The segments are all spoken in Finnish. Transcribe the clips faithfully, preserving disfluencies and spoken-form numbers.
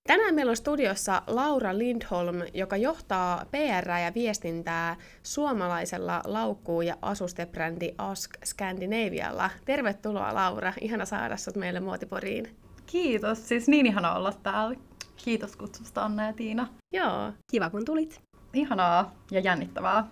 Tänään meillä on studiossa Laura Lindholm, joka johtaa P R ja viestintää suomalaisella laukkuu- ja asustebrändi Ask Scandinavialla. Tervetuloa Laura, ihana saada sut meille Muotiporiin. Kiitos, siis niin ihana olla täällä. Kiitos kutsusta Anna ja Tiina. Joo. Kiva kun tulit. Ihanaa ja jännittävää.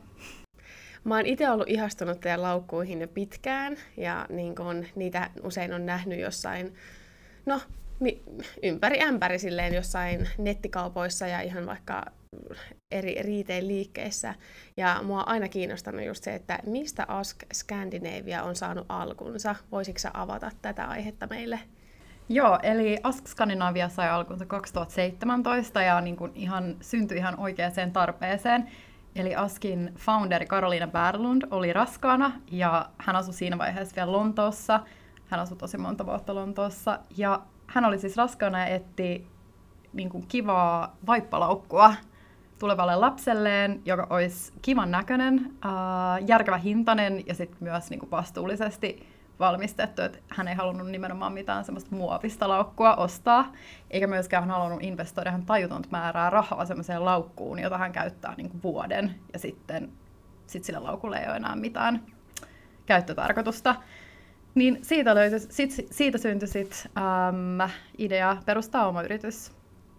Mä oon itse ollut ihastunut teidän laukkuihin jo pitkään ja niin kun niitä usein on nähnyt jossain, no mi- ympäri ämpäri silleen jossain nettikaupoissa ja ihan vaikka eri retail-liikkeissä. Ja mua on aina kiinnostanut just se, että mistä Ask Scandinavia on saanut alkunsa. Voisitko sä avata tätä aihetta meille? Joo, eli Ask Scandinavia sai alkunsa kaksituhattaseitsemäntoista ja niin kuin ihan, syntyi ihan oikeaan tarpeeseen. Eli Askin founderi Karoliina Berglund oli raskaana ja hän asui siinä vaiheessa vielä Lontoossa. Hän asui tosi monta vuotta Lontoossa ja hän oli siis raskaana ja etti niin kuin kivaa vaippalaukkua tulevalle lapselleen, joka olisi kivan näköinen, ää, järkevä hintainen ja sitten myös niin kuin vastuullisesti valmistettu. Että hän ei halunnut nimenomaan mitään semmoista muovista laukkua ostaa, eikä myöskään halunnut investoida ihan tajutonta määrää rahaa semmoiseen laukkuun, jota hän käyttää niin kuin vuoden, ja sitten sit sillä laukulla ei ole enää mitään käyttötarkoitusta. Niin siitä, löytyi, sit, siitä syntyi sit, äm, idea perustaa oma yritys,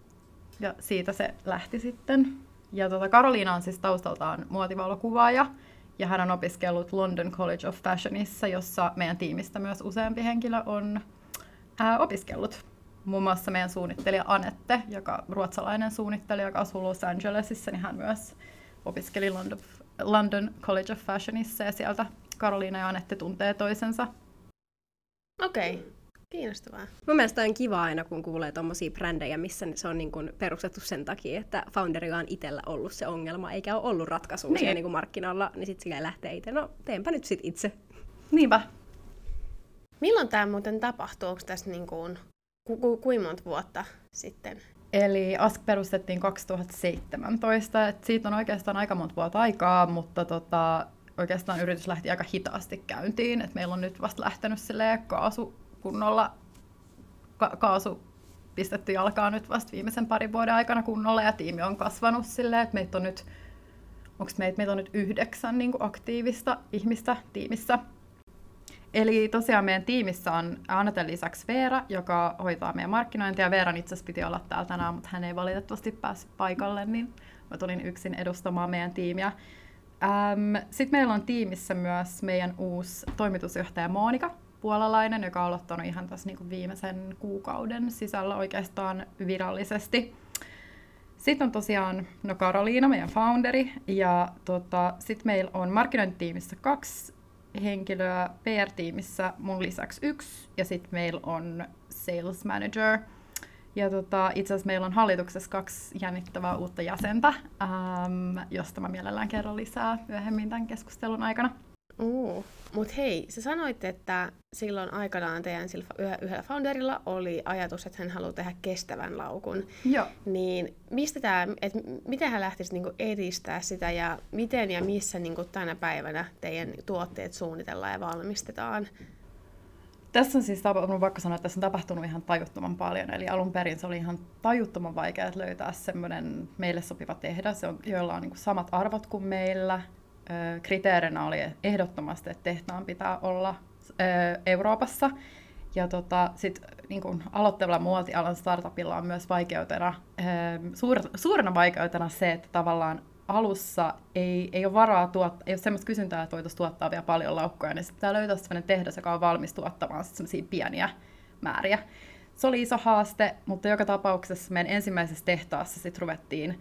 ja siitä se lähti sitten. Ja tota, Karoliina on siis taustaltaan muotivalokuvaaja, ja hän on opiskellut London College of Fashionissa, jossa meidän tiimistä myös useampi henkilö on ää, opiskellut. Muun muassa meidän suunnittelija Anette, joka ruotsalainen suunnittelija, joka asuu Los Angelesissa, niin hän myös opiskeli London, London College of Fashionissa, ja sieltä Karoliina ja Anette tuntee toisensa. Okei. Okay. Kiinnostavaa. Mun mielestä on kiva aina, kun kuulee tommosia brändejä, missä se on niin kuin perustettu sen takia, että founderilla on itsellä ollut se ongelma, eikä ole ollut ratkaisua niin. siellä niin kuin markkinoilla, niin sitten sillä lähtee itse, no teenpä nyt sit itse. Niinpä. Milloin tämä muuten tapahtuu? Onko tässä niin kuin, ku, ku, kuinka monta vuotta sitten? Eli Ask perustettiin kaksituhattaseitsemäntoista, et siitä on oikeastaan aika monta vuotta aikaa, mutta tota, oikeastaan yritys lähti aika hitaasti käyntiin, et meillä on nyt vasta lähtenyt silleen kaasu kunnolla ka- kaasu pistetty jalkaan nyt vasta viimeisen parin vuoden aikana kunnolla, ja tiimi on kasvanut silleen, että meitä on nyt, onks meitä, meitä on nyt yhdeksän niin kuin aktiivista ihmistä tiimissä. Eli tosiaan meidän tiimissä on Annaten lisäksi Veera, joka hoitaa meidän markkinointia. Veeran itse asiassa piti olla täällä tänään, mutta hän ei valitettavasti päässyt paikalle, niin mä tulin yksin edustamaan meidän tiimiä. Ähm, Sitten meillä on tiimissä myös meidän uusi toimitusjohtaja Monika, puolalainen, joka on aloittanut ihan tässä niin kuin viimeisen kuukauden sisällä oikeastaan virallisesti. Sitten on tosiaan no Karoliina, meidän founderi, ja tota, sitten meillä on markkinointitiimissä kaksi henkilöä, P R-tiimissä mun lisäksi yksi, ja sitten meillä on sales manager. Ja tota, itse asiassa meillä on hallituksessa kaksi jännittävää uutta jäsentä, ähm, josta mä mielellään kerron lisää myöhemmin tämän keskustelun aikana. Uh, Mutta hei, sä sanoit, että silloin aikanaan teidän sillä yhdellä founderilla oli ajatus, että hän haluaa tehdä kestävän laukun. Joo. Niin mistä tää, et miten hän lähtisi niinku edistää sitä ja miten ja missä niinku tänä päivänä teidän tuotteet suunnitellaan ja valmistetaan? Tässä on siis tapahtunut, vaikka sanoa, että tässä on tapahtunut ihan tajuttoman paljon. Eli alun perin se oli ihan tajuttoman vaikea löytää semmoinen meille sopiva tehdas, joilla on niinku samat arvot kuin meillä. Kriteerinä oli ehdottomasti, että tehtaan pitää olla Euroopassa. Ja tota, sit, niin kun aloittavalla muotialan startupilla on myös vaikeutena, suur, suurena vaikeutena se, että tavallaan alussa ei, ei ole varaa tuottaa, ei ole semmoista kysyntää, että voitaisiin tuottaa vielä paljon laukkuja, niin sitten pitää löytää sellainen tehdas, joka on valmis tuottamaan sellaisia pieniä määriä. Se oli iso haaste, mutta joka tapauksessa meidän ensimmäisessä tehtaassa sitten ruvettiin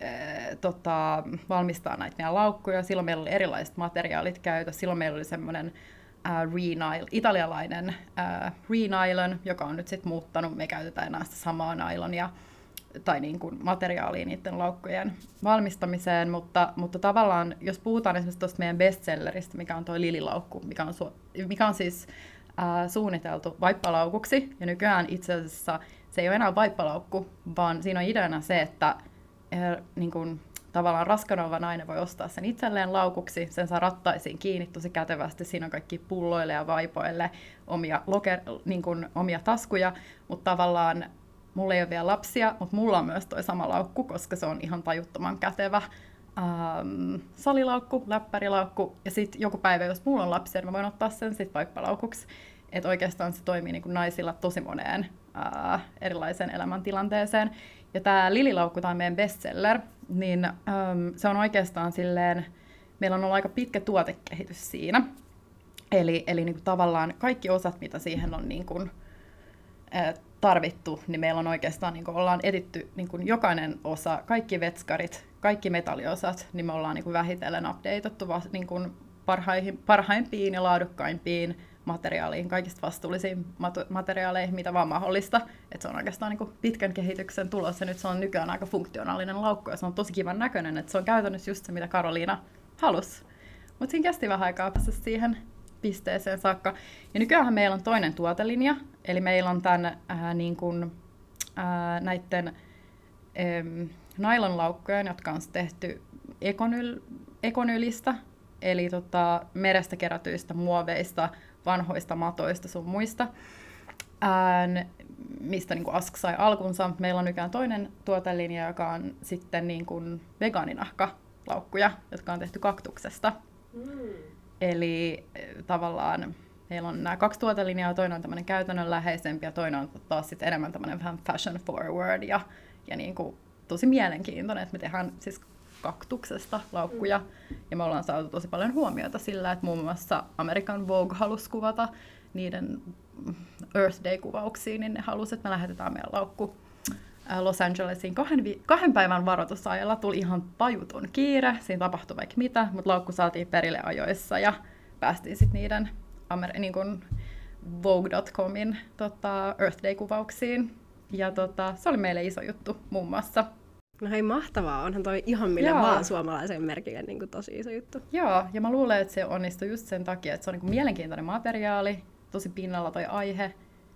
Tota, valmistaa näitä meidän laukkuja. Silloin meillä oli erilaiset materiaalit käytössä. Silloin meillä oli semmoinen äh, Renyle, italialainen äh, Renylon, joka on nyt sitten muuttanut. Me käytetään enää sitä samaa nylonia tai niin kuin materiaalia niiden laukkujen valmistamiseen, mutta, mutta tavallaan, jos puhutaan esimerkiksi tuosta meidän bestselleristä, mikä on tuo Lili-laukku, mikä on, su- mikä on siis äh, suunniteltu vaippalaukuksi, ja nykyään itse asiassa se ei ole enää vaippalaukku, vaan siinä on ideana se, että niin kuin, tavallaan raskaana oleva nainen voi ostaa sen itselleen laukuksi, sen saa rattaisiin kiinni tosi kätevästi, siinä on kaikki pulloille ja vaipoille omia, loker, niin kuin, omia taskuja, mutta tavallaan mulla ei ole vielä lapsia, mutta mulla on myös toi sama laukku, koska se on ihan tajuttoman kätevä ähm, salilaukku, läppärilaukku. Ja sitten joku päivä, jos mulla on lapsia, niin mä voin ottaa sen sitten vaippalaukuksi. Että oikeastaan se toimii niin kuin naisilla tosi moneen äh, erilaiseen elämäntilanteeseen. Ja tää Lililaukku, tää on meidän bestseller, niin ähm, se on oikeastaan silleen, meillä on ollut aika pitkä tuotekehitys siinä. Eli, eli niin kuin tavallaan kaikki osat, mitä siihen on niin kuin, äh, tarvittu, niin meillä on oikeastaan, niin kuin ollaan etitty niin kuin jokainen osa, kaikki vetskarit, kaikki metalliosat, niin me ollaan niin kuin vähitellen updateattu niin kuin parhaimpiin ja laadukkaimpiin materiaaliin, kaikista vastuullisiin materiaaleihin, mitä vaan mahdollista. Et se on oikeastaan niin kuin pitkän kehityksen tulos, ja nyt se on nykyään aika funktionaalinen laukku, ja se on tosi kivan näköinen, että se on käytännössä just se, mitä Karoliina halusi. Mutta siinä kesti vähän aikaa päästä siihen pisteeseen saakka. Ja nykyään meillä on toinen tuotelinja, eli meillä on tämän ää, niin kuin, ää, näiden äm, nailonlaukkojen, jotka on tehty ekonyl, ekonylistä, eli tota, merestä kerätyistä muoveista, vanhoista matoista sun muista, ään, mistä niin kuin Ask sai alkunsa. Meillä on nykyään toinen tuotelinja, joka on sitten niin kuin vegaaninahkalaukkuja, jotka on tehty kaktuksesta. Mm. Eli tavallaan meillä on nämä kaksi tuotelinjaa, toinen on tämmöinen käytännönläheisempi ja toinen on taas sitten enemmän tämmöinen vähän fashion forward ja, ja niin kuin tosi mielenkiintoinen, että me tehdään siis kaktuksesta laukkuja. Mm. Ja me ollaan saatu tosi paljon huomiota sillä, että muun muassa American Vogue halusi kuvata niiden Earth Day-kuvauksia, niin ne halusi, että me lähetetään meidän laukku Los Angelesiin kahden, vi- kahden päivän varoitusajalla. Tuli ihan tajuton kiire, siinä tapahtui vaikka mitä, mutta laukku saatiin perille ajoissa ja päästiin sitten niiden Amer- niin kuin Vogue piste comin tota, Earth Day-kuvauksiin. Ja tota, se oli meille iso juttu muun muassa. No hei, mahtavaa. Onhan toi ihan millä Joo. vaan suomalaisen merkille niin kuin tosi iso juttu. Joo, ja mä luulen, että se onnistui just sen takia, että se on niin kuin mielenkiintoinen materiaali, tosi pinnalla toi aihe,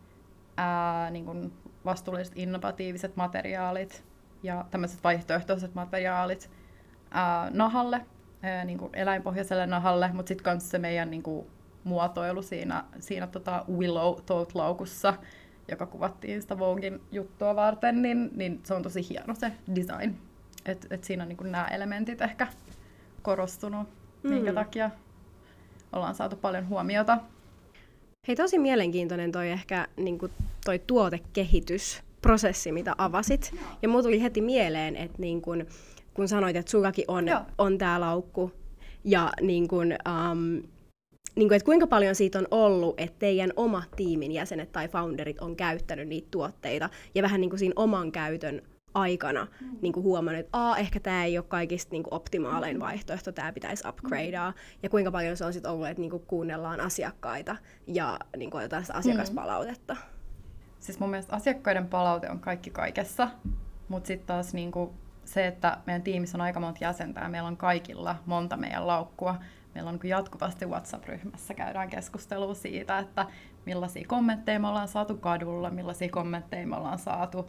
ää, niin kuin vastuulliset innovatiiviset materiaalit ja tämmöiset vaihtoehtoiset materiaalit ää, nahalle, ää, niin kuin eläinpohjaiselle nahalle, mutta sitten kanssa se meidän niin kuin muotoilu siinä, siinä tota Willow Tote-laukussa, joka kuvattiin sitä Voguein juttua varten, niin, niin se on tosi hieno se design. Et, et siinä on niin kuin nämä elementit ehkä korostunut, mm. minkä takia ollaan saatu paljon huomiota. Hei, tosi mielenkiintoinen toi ehkä niin kuin toi tuotekehitysprosessi, mitä avasit. Ja mulla tuli heti mieleen, että niin kun, kun sanoit, että sullakin on, on tää laukku, ja niin kun, um, niin kun, että kuinka paljon siitä on ollut, että teidän oma tiimin jäsenet tai founderit on käyttänyt niitä tuotteita, ja vähän niin kuin siinä oman käytön aikana mm. niin kuin huomannut, että Aa, ehkä tämä ei ole kaikista niin kuin optimaalein vaihtoehto, tämä pitäisi upgradea, mm. ja kuinka paljon se on sitten ollut, että niin kuin kuunnellaan asiakkaita ja niin kuin otetaan sitä asiakaspalautetta. Mm. Siis mun mielestä asiakkaiden palaute on kaikki kaikessa, mutta sitten taas niin kuin se, että meidän tiimissä on aika monta jäsentä ja meillä on kaikilla monta meidän laukkua. Meillä on niin kuin jatkuvasti WhatsApp-ryhmässä käydään keskustelua siitä, että millaisia kommentteja me ollaan saatu kadulla, millaisia kommentteja me ollaan saatu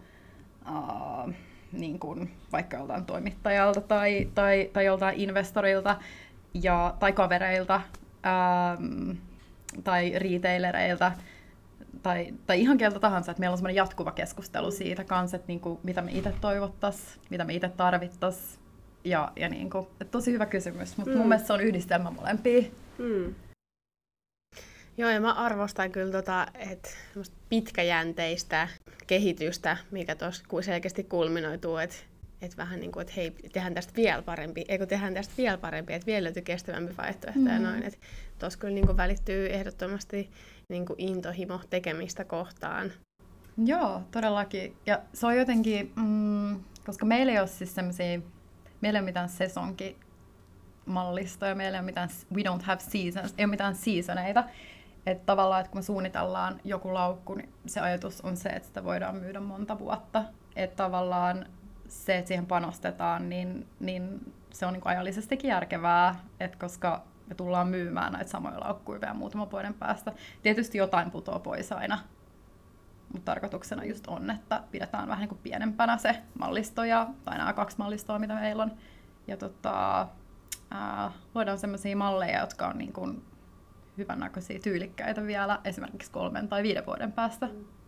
Uh, niin kuin vaikka joltain toimittajalta tai, tai, tai joltain investorilta ja, tai kavereilta um, tai retailereilta tai, tai ihan keltä tahansa, että meillä on semmoinen jatkuva keskustelu siitä kanssa, että niin kuin, mitä me itse toivottaisiin, mitä me itse tarvittaisiin. Ja, ja niin kuin, että tosi hyvä kysymys, mutta mm. mun mielestä se on yhdistelmä molempia. Mm. Joo, ja mä arvostan kyllä tota, että pitkäjänteistä kehitystä, mikä tuossa selkeästi kulminoituu, että et vähän niin kuin, että hei, tehdään tästä vielä parempi, eikö tehdään tästä vielä parempi, että vielä löytyy kestävämpi vaihtoehto mm. ja noin. Että tuossa kyllä niin kuin välittyy ehdottomasti niin kuin intohimo tekemistä kohtaan. Joo, todellakin. Ja se on jotenkin, mm, koska meillä ei ole siis semmoisia, meillä ei ole mitään sesonkimallistoja, meillä ei ole mitään, we don't have seasons, ei ole mitään seasoneita. Että tavallaan, että kun me suunnitellaan joku laukku, niin se ajatus on se, että sitä voidaan myydä monta vuotta. Että tavallaan se, että siihen panostetaan, niin, niin se on niin kuin ajallisestikin järkevää, että koska me tullaan myymään näitä samoja laukkuja vielä muutaman vuoden päästä. Tietysti jotain putoaa pois aina, mutta tarkoituksena just on, että pidetään vähän niin kuin pienempänä se mallisto, ja, tai nämä kaksi mallistoa, mitä meillä on. Ja tota, ää, luodaan sellaisia malleja, jotka on niin kuin hyvännäköisiä, tyylikkäitä vielä esimerkiksi kolmen tai viiden vuoden päästä.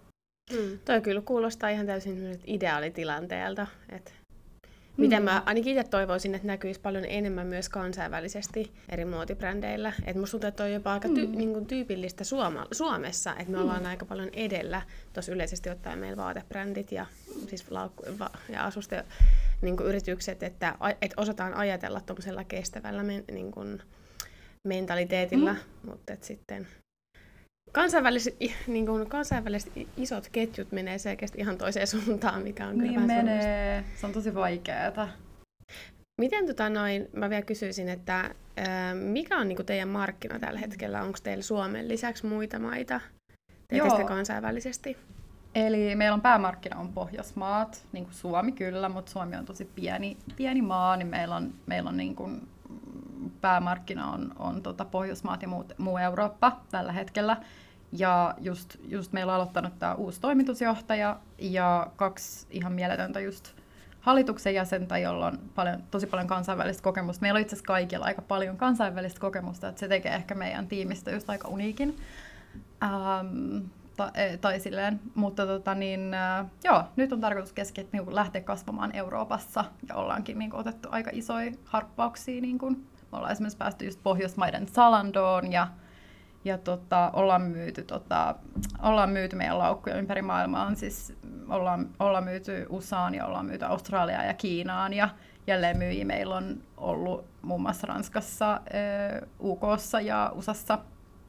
Mm. Toi kyllä kuulostaa ihan täysin ideaalitilanteelta. Että miten mä ainakin itse toivoisin, että näkyisi paljon enemmän myös kansainvälisesti eri muotibrändeillä. Että musta tuntuu, että toi on jopa aika ty- mm. niin kuin tyypillistä Suoma- Suomessa, että me mm. ollaan aika paljon edellä tuossa yleisesti ottaen meillä vaatebrändit ja, siis laukku- va- ja asuste niin kuin yritykset, että, että osataan ajatella tuollaisella kestävällä men- niin kuin mentaliteetilla, mm. mutta että sitten kansainväliset, niin kuin kansainväliset isot ketjut menee selkeästi ihan toiseen suuntaan, mikä on niin kyllä vähän menee. Se on tosi vaikeaa. Miten tota noin, mä vielä kysyisin, että ää, mikä on niinku teidän markkina tällä hetkellä? Onko teillä Suomen lisäksi muita maita? Teette sitä kansainvälisesti? Eli meillä on päämarkkina on Pohjoismaat, niin kuin Suomi kyllä, mutta Suomi on tosi pieni, pieni maa, niin meillä on, meillä on niin kuin päämarkkina on, on tota Pohjoismaat ja muut, muu Eurooppa tällä hetkellä. Ja just, just meillä on aloittanut tämä uusi toimitusjohtaja ja kaksi ihan mieletöntä just hallituksen jäsentä, jolla on paljon, tosi paljon kansainvälistä kokemusta. Meillä on itse asiassa kaikilla aika paljon kansainvälistä kokemusta, että se tekee ehkä meidän tiimistä just aika uniikin. Ähm, ta, tai silleen, mutta tota niin, äh, joo, nyt on tarkoitus keskittyä niin lähteä kasvamaan Euroopassa ja ollaankin niin kuin, otettu aika isoja harppauksia. Niin kuin, me ollaan esimerkiksi päästy just Pohjoismaiden Zalandoon ja Ja tota, ollaan, myyty, tota, ollaan myyty meidän laukkuja ympäri maailmaa. Siis ollaan, ollaan myyty U S Aan ja ollaan myyty Australiaan ja Kiinaan. Ja jälleen myyjiä meillä on ollut muun muassa Ranskassa, U K:ssa ja U S A:ssa.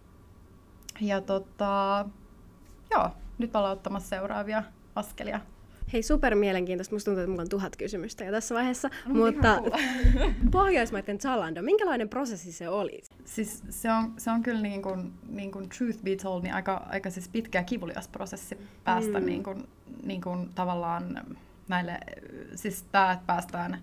Ja tota, joo, nyt ollaan ottamassa seuraavia askelia. Hei, super mielenkiintoista. Musta tuntuu, että mulla on tuhat kysymystä jo tässä vaiheessa. No, mutta Pohjoismaiden Zalando, minkälainen prosessi se oli? Siis se on, se on kyllä niin kuin, niin kuin truth be told, niin aika, aika siis pitkä ja kivulias prosessi päästä mm. niin kuin, niin kuin tavallaan näille, siis tämä, että päästään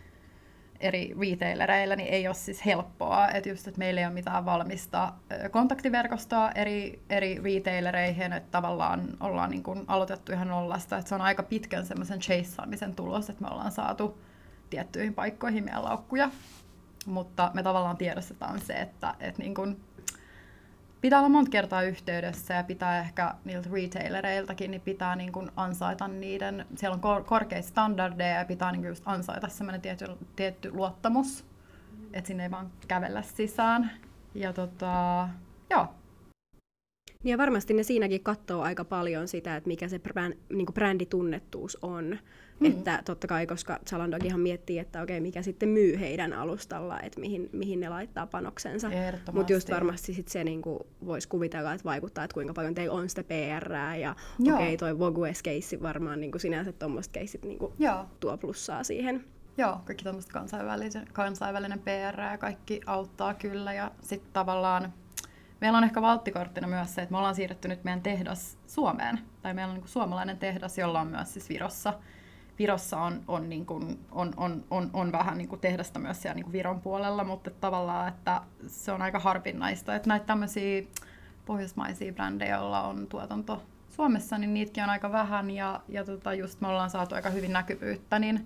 eri retailereillä, niin ei ole siis helppoa. Että just, että meillä ei ole mitään valmista kontaktiverkostoa eri, eri retailereihin, että tavallaan ollaan niin kuin aloitettu ihan nollasta. Että se on aika pitkän semmoisen chaseaamisen tulos, että me ollaan saatu tiettyihin paikkoihin meidän laukkuja. Mutta me tavallaan tiedostetaan se, että, että niin kuin pitää olla monta kertaa yhteydessä ja pitää ehkä niiltä retailereiltakin, niin pitää niin kuin ansaita niiden, siellä on kor- korkeita standardeja ja pitää niin kuin just ansaita semmoinen tietty, tietty luottamus, että sinne ei vaan kävellä sisään. Ja tota, joo. Ja varmasti ne siinäkin katsoo aika paljon sitä, että mikä se brand, niin kuin bränditunnettuus on. Mm. Että totta kai, koska Zalandokinhan miettii, että okei, mikä sitten myy heidän alustalla, että mihin, mihin ne laittaa panoksensa. Mutta just varmasti sit se niin kuin voisi kuvitella, että vaikuttaa, että kuinka paljon teillä on sitä P R:ää. Ja okei, okay, toi Vogues-keissi varmaan niin kuin sinänsä tuommoiset keissit niin kuin tuo plussaa siihen. Joo, kaikki tuommoista kansainvälinen, kansainvälinen P R ja kaikki auttaa kyllä. Ja sitten tavallaan meillä on ehkä valttikorttina myös se, että me ollaan siirretty nyt meidän tehdas Suomeen. Tai meillä on niin kuin suomalainen tehdas, jolla on myös siis Virossa. Virossa on, on, niin kuin, on, on, on, on vähän niin kuin tehdasta myös siellä niin kuin Viron puolella, mutta tavallaan että se on aika harvinaista. Että näitä tämmöisiä pohjoismaisia brändejä, joilla on tuotanto Suomessa, niin niitäkin on aika vähän. Ja, ja tota just me ollaan saatu aika hyvin näkyvyyttä, niin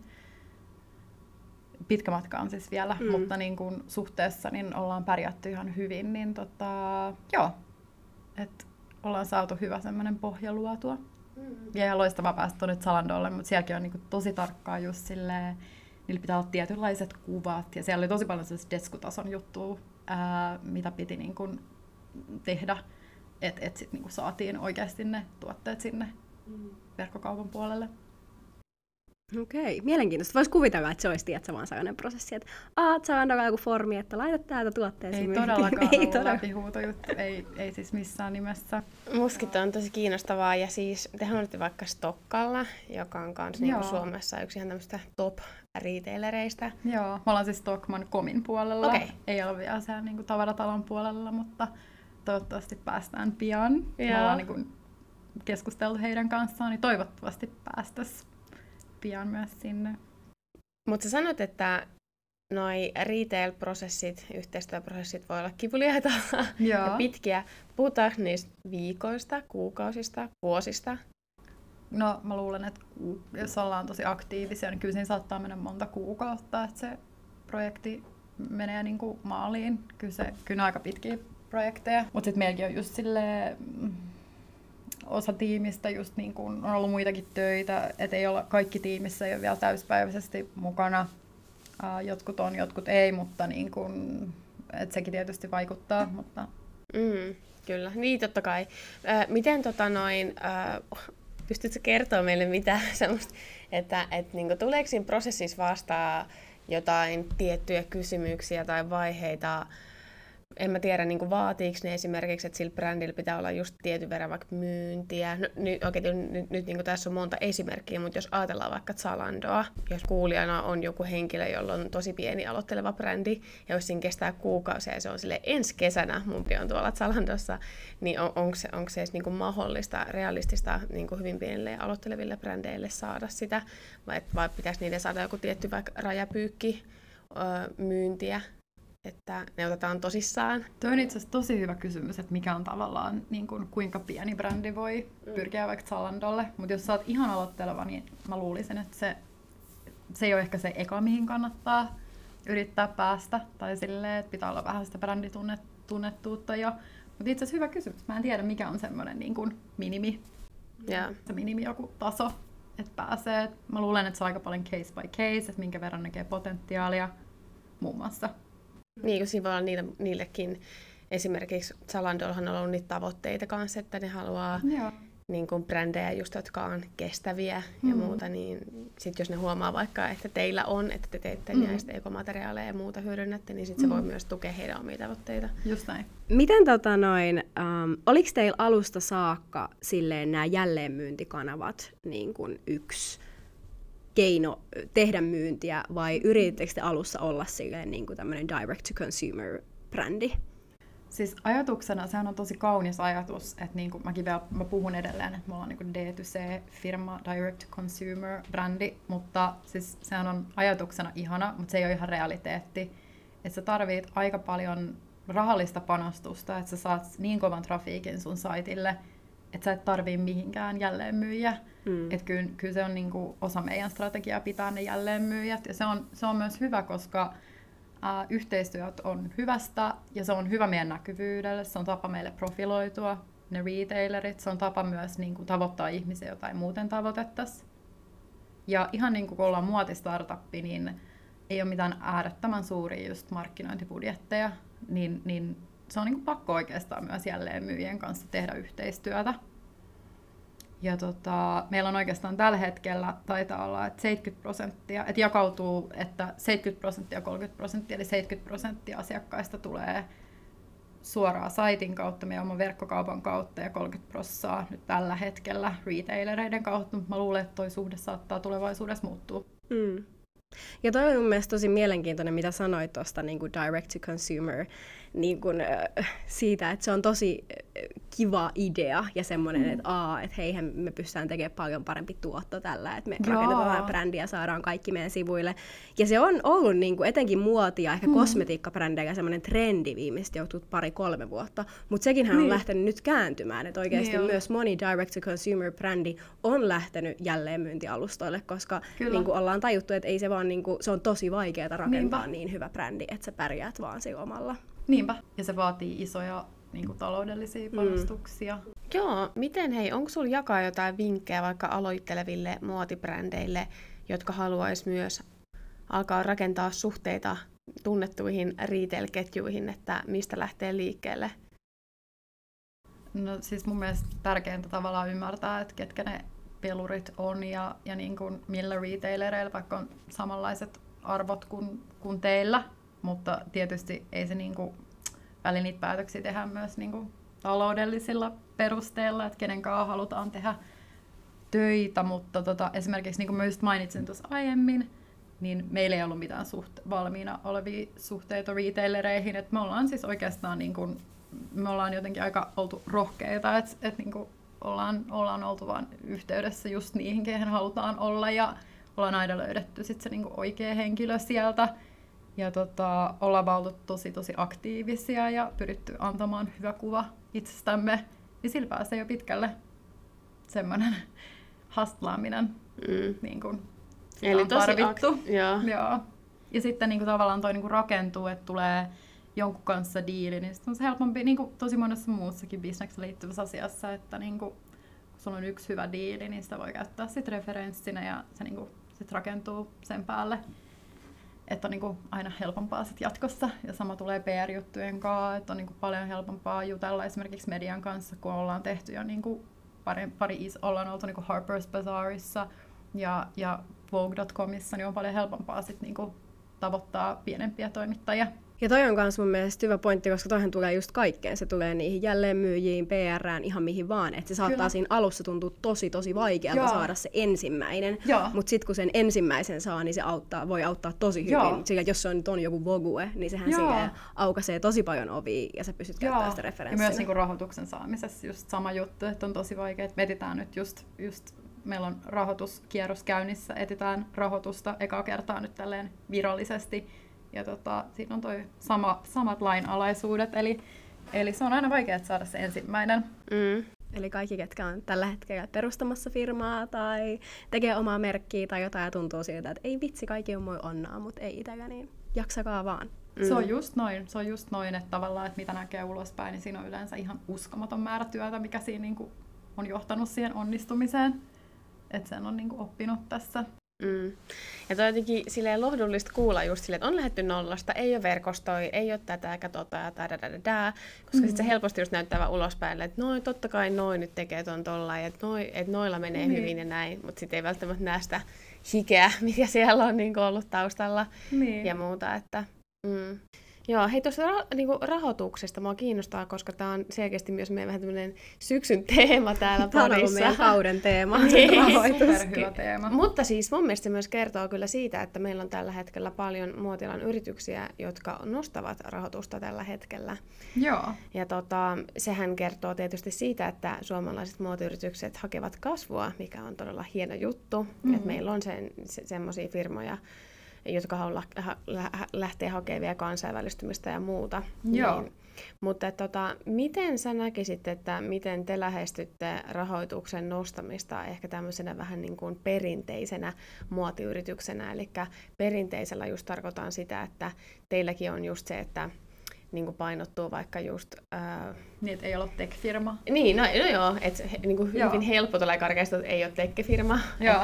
pitkä matka on siis vielä, mm. mutta niin kuin suhteessa niin ollaan pärjätty ihan hyvin, niin tota, joo, että ollaan saatu hyvä semmoinen pohja luotua. Mm. Ja loistavaa päästä tuonne Zalandolle, mutta sielläkin on niin kuin tosi tarkkaa just silleen, niillä pitää olla tietynlaiset kuvat, ja siellä oli tosi paljon sellaista deskutason juttua, ää, mitä piti niin kuin tehdä, että et sitten niin kuin saatiin oikeasti ne tuotteet sinne mm. verkkokaupan puolelle. Okei, mielenkiintoista. Voisi kuvitella, että se olisi tiedätkö, vaan sellainen prosessi, että aah, Zalandolla joku formi, että laita täältä tuotteeseen. Ei todellakaan ei ollut läpihuutojuttu, ei, ei siis missään nimessä. Muskit on tosi kiinnostavaa, ja siis tehän olette vaikka Stokkalla, joka on myös niin Suomessa yksi ihan tämmöistä top-retailereistä. Joo, me ollaan siis Stockmann Comin puolella, okay. Ei ole vielä siellä niin kuin tavaratalon puolella, mutta toivottavasti päästään pian. Joo. Me ollaan niin kuin keskusteltu heidän kanssaan, niin toivottavasti päästäisiin pian myös sinne. Mutta sä sanot, että noi retail-prosessit, yhteistyöprosessit voi olla kivuliaita ja pitkiä. Puhutaanko niistä viikoista, kuukausista, vuosista? No mä luulen, että jos ollaan tosi aktiivisia, niin kyllä siinä saattaa mennä monta kuukautta, että se projekti menee niin kuin maaliin. Kyllä se kyllä aika pitkiä projekteja. Mutta sitten meilläkin on just silleen osa tiimistä just niin kuin on ollut muitakin töitä, että ei olla kaikki tiimissä ei ole vielä täyspäiväisesti mukana. Uh, jotkut on, jotkut ei, mutta niin kuin, et sekin tietysti vaikuttaa. Mutta... Mm, kyllä, niin totta kai. Äh, miten tota noin, äh, pystytkö kertoa meille mitä semmoista, että et, niinku, tuleeko siinä prosessissa vastaan jotain tiettyjä kysymyksiä tai vaiheita? En mä tiedä, niin vaatiiko ne esimerkiksi, että sillä brändillä pitää olla just tietyn verran vaikka myyntiä. No, nyt, okay, nyt, nyt niin tässä on monta esimerkkiä, mutta jos ajatellaan vaikka Zalandoa, jos kuulijana on joku henkilö, jolla on tosi pieni aloitteleva brändi, ja jos siinä kestää kuukausia ja se on silleen ensi kesänä, mun on tuolla Zalandossa, niin on, onko se, onko se edes niin mahdollista, realistista niin hyvin pienille ja aloitteleville brändeille saada sitä, vai, vai pitäisi niiden saada joku tietty vaikka rajapyykki öö, myyntiä? Että ne otetaan tosissaan. Tuo on itse asiassa tosi hyvä kysymys, että mikä on tavallaan, niin kuin, kuinka pieni brändi voi pyrkiä vaikka Zalandolle. Mutta jos sä oot ihan aloitteleva, niin mä luulisin, että se, se ei ole ehkä se eka, mihin kannattaa yrittää päästä. Tai silleen, että pitää olla vähän sitä bränditunnettuutta jo. Mutta itse asiassa hyvä kysymys. Mä en tiedä, mikä on semmoinen niin kuin minimi, yeah. se minimi joku taso, että pääsee. Mä luulen, että se on aika paljon case by case, että minkä verran näkee potentiaalia muun muassa. Niin, kun siinä voi olla niille, niillekin, esimerkiksi Zalandollahan on ollut niitä tavoitteita kanssa, että ne haluaa niin kuin brändejä, just, jotka on kestäviä mm. ja muuta, niin sitten jos ne huomaa vaikka, että teillä on, että te teette mm. näistä ekomateriaaleja ja muuta hyödynnätte, niin sitten se mm. voi myös tukea heidän omia tavoitteita. Just näin. Miten tota noin, um, oliko teillä alusta saakka silleen nämä jälleenmyyntikanavat niin kuin yksi keino tehdä myyntiä, vai yritittekö te alussa olla silleen niin kuin tämmöinen direct-to-consumer-brändi? Siis ajatuksena sehän on tosi kaunis ajatus, että niin kuin mäkin vielä, mä puhun edelleen, että me ollaan niin kuin D two C-firma, direct-to-consumer-brändi, mutta siis sehän on ajatuksena ihana, mutta se ei ole ihan realiteetti. Että sä tarvit aika paljon rahallista panostusta, että sä saat niin kovan trafiikin sun saitille, että sä et tarvii mihinkään jälleenmyyjä. Mm. Että kyllä, kyllä se on niinku osa meidän strategiaa pitää ne jälleenmyyjät. Ja se on, se on myös hyvä, koska ää, yhteistyöt on hyvästä ja se on hyvä meidän näkyvyydelle. Se on tapa meille profiloitua, ne retailerit. Se on tapa myös niinku tavoittaa ihmisiä, jota ei muuten tavoitettaisi. Ja ihan niin kuin kun ollaan muotistartuppi, niin ei ole mitään äärettömän suuria just markkinointibudjetteja. Niin, niin se on niinku pakko oikeastaan myös jälleenmyyjien kanssa tehdä yhteistyötä. Ja tota, meillä on oikeastaan tällä hetkellä taitaa olla, että seitsemänkymmentä prosenttia, että jakautuu, että seitsemänkymmentä prosenttia ja kolmekymmentä prosenttia, eli seitsemänkymmentä prosenttia asiakkaista tulee suoraan saitin kautta, meidän oman verkkokaupan kautta, ja kolmekymmentä prosenttia nyt tällä hetkellä retailereiden kautta, mutta mä luulen, että toi suhde saattaa tulevaisuudessa muuttua. Mm. Ja toi on mun mielestä tosi mielenkiintoinen, mitä sanoit tuosta niin kuin direct to consumer, niin kuin, äh, siitä, että se on tosi kiva idea ja semmoinen, mm. että aa, että heihän me pystytään tekemään paljon parempi tuotto tällä, että me Joo. rakennetaan brändiä ja saadaan kaikki meidän sivuille. Ja se on ollut niin kuin etenkin muotia, ehkä mm. kosmetiikkabrändejä semmoinen trendi viimeiset joutut pari-kolme vuotta, mutta sekinhän niin. on lähtenyt nyt kääntymään, että oikeasti niin myös moni direct to consumer brändi on lähtenyt jälleenmyyntialustoille, koska niin kuin ollaan tajuttu, että ei se vaan niin kuin, se on tosi vaikeaa rakentaa Niinpä. niin hyvä brändi, että sä pärjäät vaan sillä omalla. Niinpä. Ja se vaatii isoja niin kuin taloudellisia panostuksia. Mm. Joo, miten hei, onko sulla jakaa jotain vinkkejä vaikka aloitteleville muotibrändeille, jotka haluais myös alkaa rakentaa suhteita tunnettuihin retail-ketjuihin, että mistä lähtee liikkeelle? No siis mun mielestä tärkeintä tavallaan ymmärtää, että ketkä ne pelurit on ja, ja niin kuin millä retailereilla vaikka on samanlaiset arvot kuin, kuin teillä, mutta tietysti ei se niin kuin, välillä niitä päätöksiä tehdä myös niin kuin taloudellisilla perusteilla, että kenen kanssa halutaan tehdä töitä, mutta tota, esimerkiksi niin kuin mä just mainitsin tuossa aiemmin, niin meillä ei ollut mitään suht- valmiina olevia suhteita retailereihin, että me ollaan siis oikeastaan niin kuin, me ollaan jotenkin aika oltu rohkeita, että, että niin kuin ollaan, ollaan oltu vaan yhteydessä just niihin, kehen halutaan olla ja ollaan aina löydetty sit se niin kuin oikea henkilö sieltä. Ja tota, ollaan vaan oltu tosi tosi aktiivisia ja pyritty antamaan hyvä kuva itsestämme. Ja sillä pääsee jo pitkälle semmoinen hastlaaminen, mm. niin kuin Eli on tosi tarvittu. Ak- joo. Joo. Ja sitten niin kuin tavallaan toi niin kuin rakentuu, että tulee jonkun kanssa diili, niin sitten on se helpompi niin kuin tosi monessa muussakin bisnekseen liittyvässä asiassa, että niin kuin sulla on yksi hyvä diili, niin sitä voi käyttää sit referenssinä ja se niinku, sit rakentuu sen päälle. Että on niinku aina helpompaa sit jatkossa. Ja sama tulee P R-juttujen kanssa, että on niinku paljon helpompaa jutella esimerkiksi median kanssa, kun ollaan tehty jo niinku pari, pari is, ollaan oltu niinku Harper's Bazaarissa ja, ja Vogue piste comissa, niin on paljon helpompaa sit niinku tavoittaa pienempiä toimittajia. Ja toi on myös mun mielestä hyvä pointti, koska toihan tulee just kaikkeen. Se tulee niihin jälleenmyyjiin, P R:ään, ihan mihin vaan. Että se saattaa Kyllä. siinä alussa tuntua tosi tosi vaikealta Joo. saada se ensimmäinen. Mutta sitten kun sen ensimmäisen saa, niin se auttaa, voi auttaa tosi hyvin. Joo. Sillä jos se on, nyt on joku Vogue, niin sehän silleen aukaisee tosi paljon ovia ja sä pystyt Joo. käyttämään sitä referenssinä. Ja myös niinku rahoituksen saamisessa just sama juttu, että on tosi vaikea. Me etsitään nyt just, just meillä on rahoituskierros käynnissä, etsitään rahoitusta ekaa kertaa nyt tälleen virallisesti. Ja tota, siinä on toi sama, samat lainalaisuudet, eli, eli se on aina vaikea saada se ensimmäinen. Mm. Eli kaikki, ketkä on tällä hetkellä perustamassa firmaa tai tekee omaa merkkiä tai jotain ja tuntuu siltä, että ei vitsi, kaikki on moi onnaa, mutta ei itellä, niin jaksakaa vaan. Mm. Se on just noin, se on just noin, että tavallaan, että mitä näkee ulospäin, niin siinä on yleensä ihan uskomaton määrä työtä, mikä siinä niin kuin on johtanut siihen onnistumiseen. Että sen on niin kuin oppinut tässä. Mm. Ja toi on jotenkin silleen lohdullista kuulla just silleen, että on lähdetty nollasta, ei ole verkostoja, ei ole tätä eikä tota ja tadadadada, koska mm-hmm. sit se helposti just näyttää ulospäin, että noin totta kai noin nyt tekee ton tollain, että noi, et noilla menee niin. hyvin ja näin, mutta sitten ei välttämättä näe sitä hikeä, mikä siellä on niin ollut taustalla niin. ja muuta. Että, mm. Joo, hei tuosta ra- niinku rahoituksesta mua kiinnostaa, koska tämä on selkeästi myös meidän vähän tämmöinen syksyn teema täällä parissa. Tämä on meidän kauden teema, rahoitus. Superhyvä teema. Mutta siis mun mielestä se myös kertoo kyllä siitä, että meillä on tällä hetkellä paljon muotialan yrityksiä, jotka nostavat rahoitusta tällä hetkellä. Joo. Ja tota, sehän kertoo tietysti siitä, että suomalaiset muotiyritykset hakevat kasvua, mikä on todella hieno juttu. Mm-hmm. Että meillä on sen, se, semmoisia firmoja, jotka haluaa lähteä hakemaan vielä kansainvälistymistä ja muuta. Joo. Niin, mutta tota, miten sä näkisit, että miten te lähestytte rahoituksen nostamista ehkä tämmöisenä vähän niin kuin perinteisenä muotiyrityksenä? Eli perinteisellä just tarkoitan sitä, että teilläkin on just se, että niin kuin painottuu vaikka just... Ää... Niin, että ei ole tech-firma. Niin, no, no joo, että niin kuin hyvin helppo tulee karkeasti, että ei ole tech-firma. Joo.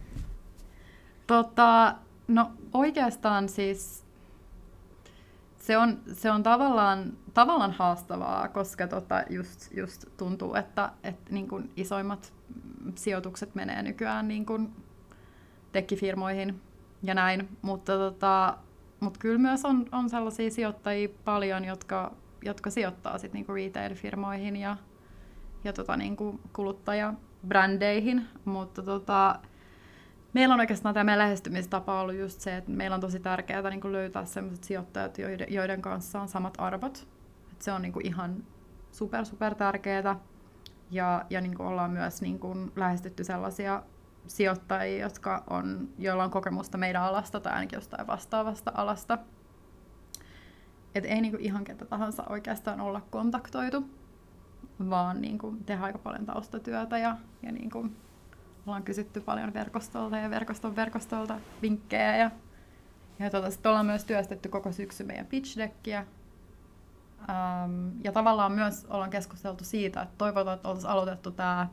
Tota... No oikeastaan siis se on, se on tavallaan, tavallaan haastavaa, koska tota just, just tuntuu, että, että niin kuin isoimmat sijoitukset menee nykyään niin kuin tekkifirmoihin ja näin, mutta, tota, mutta kyllä myös on, on sellaisia sijoittajia paljon, jotka, jotka sijoittaa sit niin kuin retail-firmoihin ja, ja tota niin kuin kuluttajabrändeihin, mutta tota, meillä on oikeastaan tämä lähestymistapa ollut just se, että meillä on tosi tärkeää niin kuin löytää sellaiset sijoittajat, joiden, joiden kanssa on samat arvot. Et se on niin kuin ihan super, super tärkeää. Ja, ja niin kuin ollaan myös niin kuin lähestytty sellaisia sijoittajia, jotka on, joilla on kokemusta meidän alasta tai ainakin jostain vastaavasta alasta. Et ei niin kuin ihan ketä tahansa oikeastaan olla kontaktoitu, vaan niin kuin tehdään aika paljon taustatyötä ja, ja niin kuin ollaan kysytty paljon verkostolta ja verkoston verkostolta vinkkejä. Ja, ja tota, sitten ollaan myös työstetty koko syksy meidän pitch deckia. Ähm, ja tavallaan myös ollaan keskusteltu siitä, että toivotaan, että oltaisiin aloitettu tämä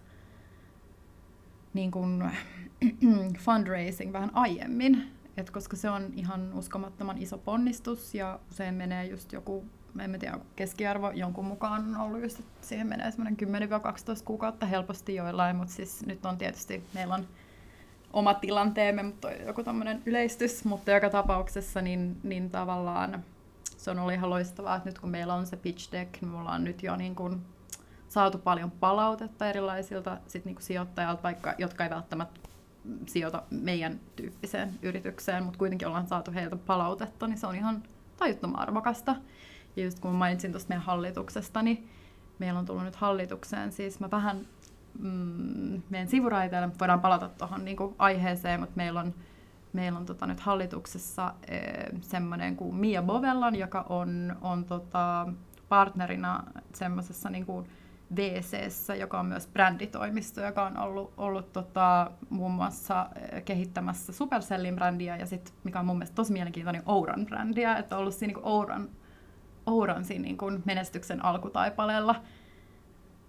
niin kuin, fundraising vähän aiemmin. Et koska se on ihan uskomattoman iso ponnistus ja usein menee just joku, en tiedä, keskiarvo jonkun mukaan on ollut just, että siihen menee semmoinen kymmenen kaksitoista kuukautta helposti joillain, mutta siis nyt on tietysti, meillä on oma tilanteemme, mutta joku tämmöinen yleistys, mutta joka tapauksessa niin, niin tavallaan se on ollut ihan loistavaa, että nyt kun meillä on se pitch deck, niin me ollaan nyt jo niin kuin saatu paljon palautetta erilaisilta sit niin kuin sijoittajilta, vaikka, jotka ei välttämättä sijoita meidän tyyppiseen yritykseen, mutta kuitenkin ollaan saatu heiltä palautetta, niin se on ihan tajuttoman arvokasta. Ja just kun mainitsin tuosta meidän hallituksesta, niin meillä on tullut nyt hallitukseen, siis mä vähän mm, meidän sivuraiteille, mutta voidaan palata tuohon niin kuin aiheeseen, mutta meillä on, meillä on tota, nyt hallituksessa e, semmoinen kuin Mia Bovellan, joka on, on tota, partnerina semmoisessa niin kuin V C:ssä, joka on myös bränditoimisto, joka on ollut, ollut tota, muun muassa kehittämässä Supercellin brändiä ja sitten, mikä on mun mielestä tosi mielenkiintoinen, Ouran brändiä, että on ollut siinä niin Ouran, Ouran siinä niin kuin menestyksen alkutaipaleella.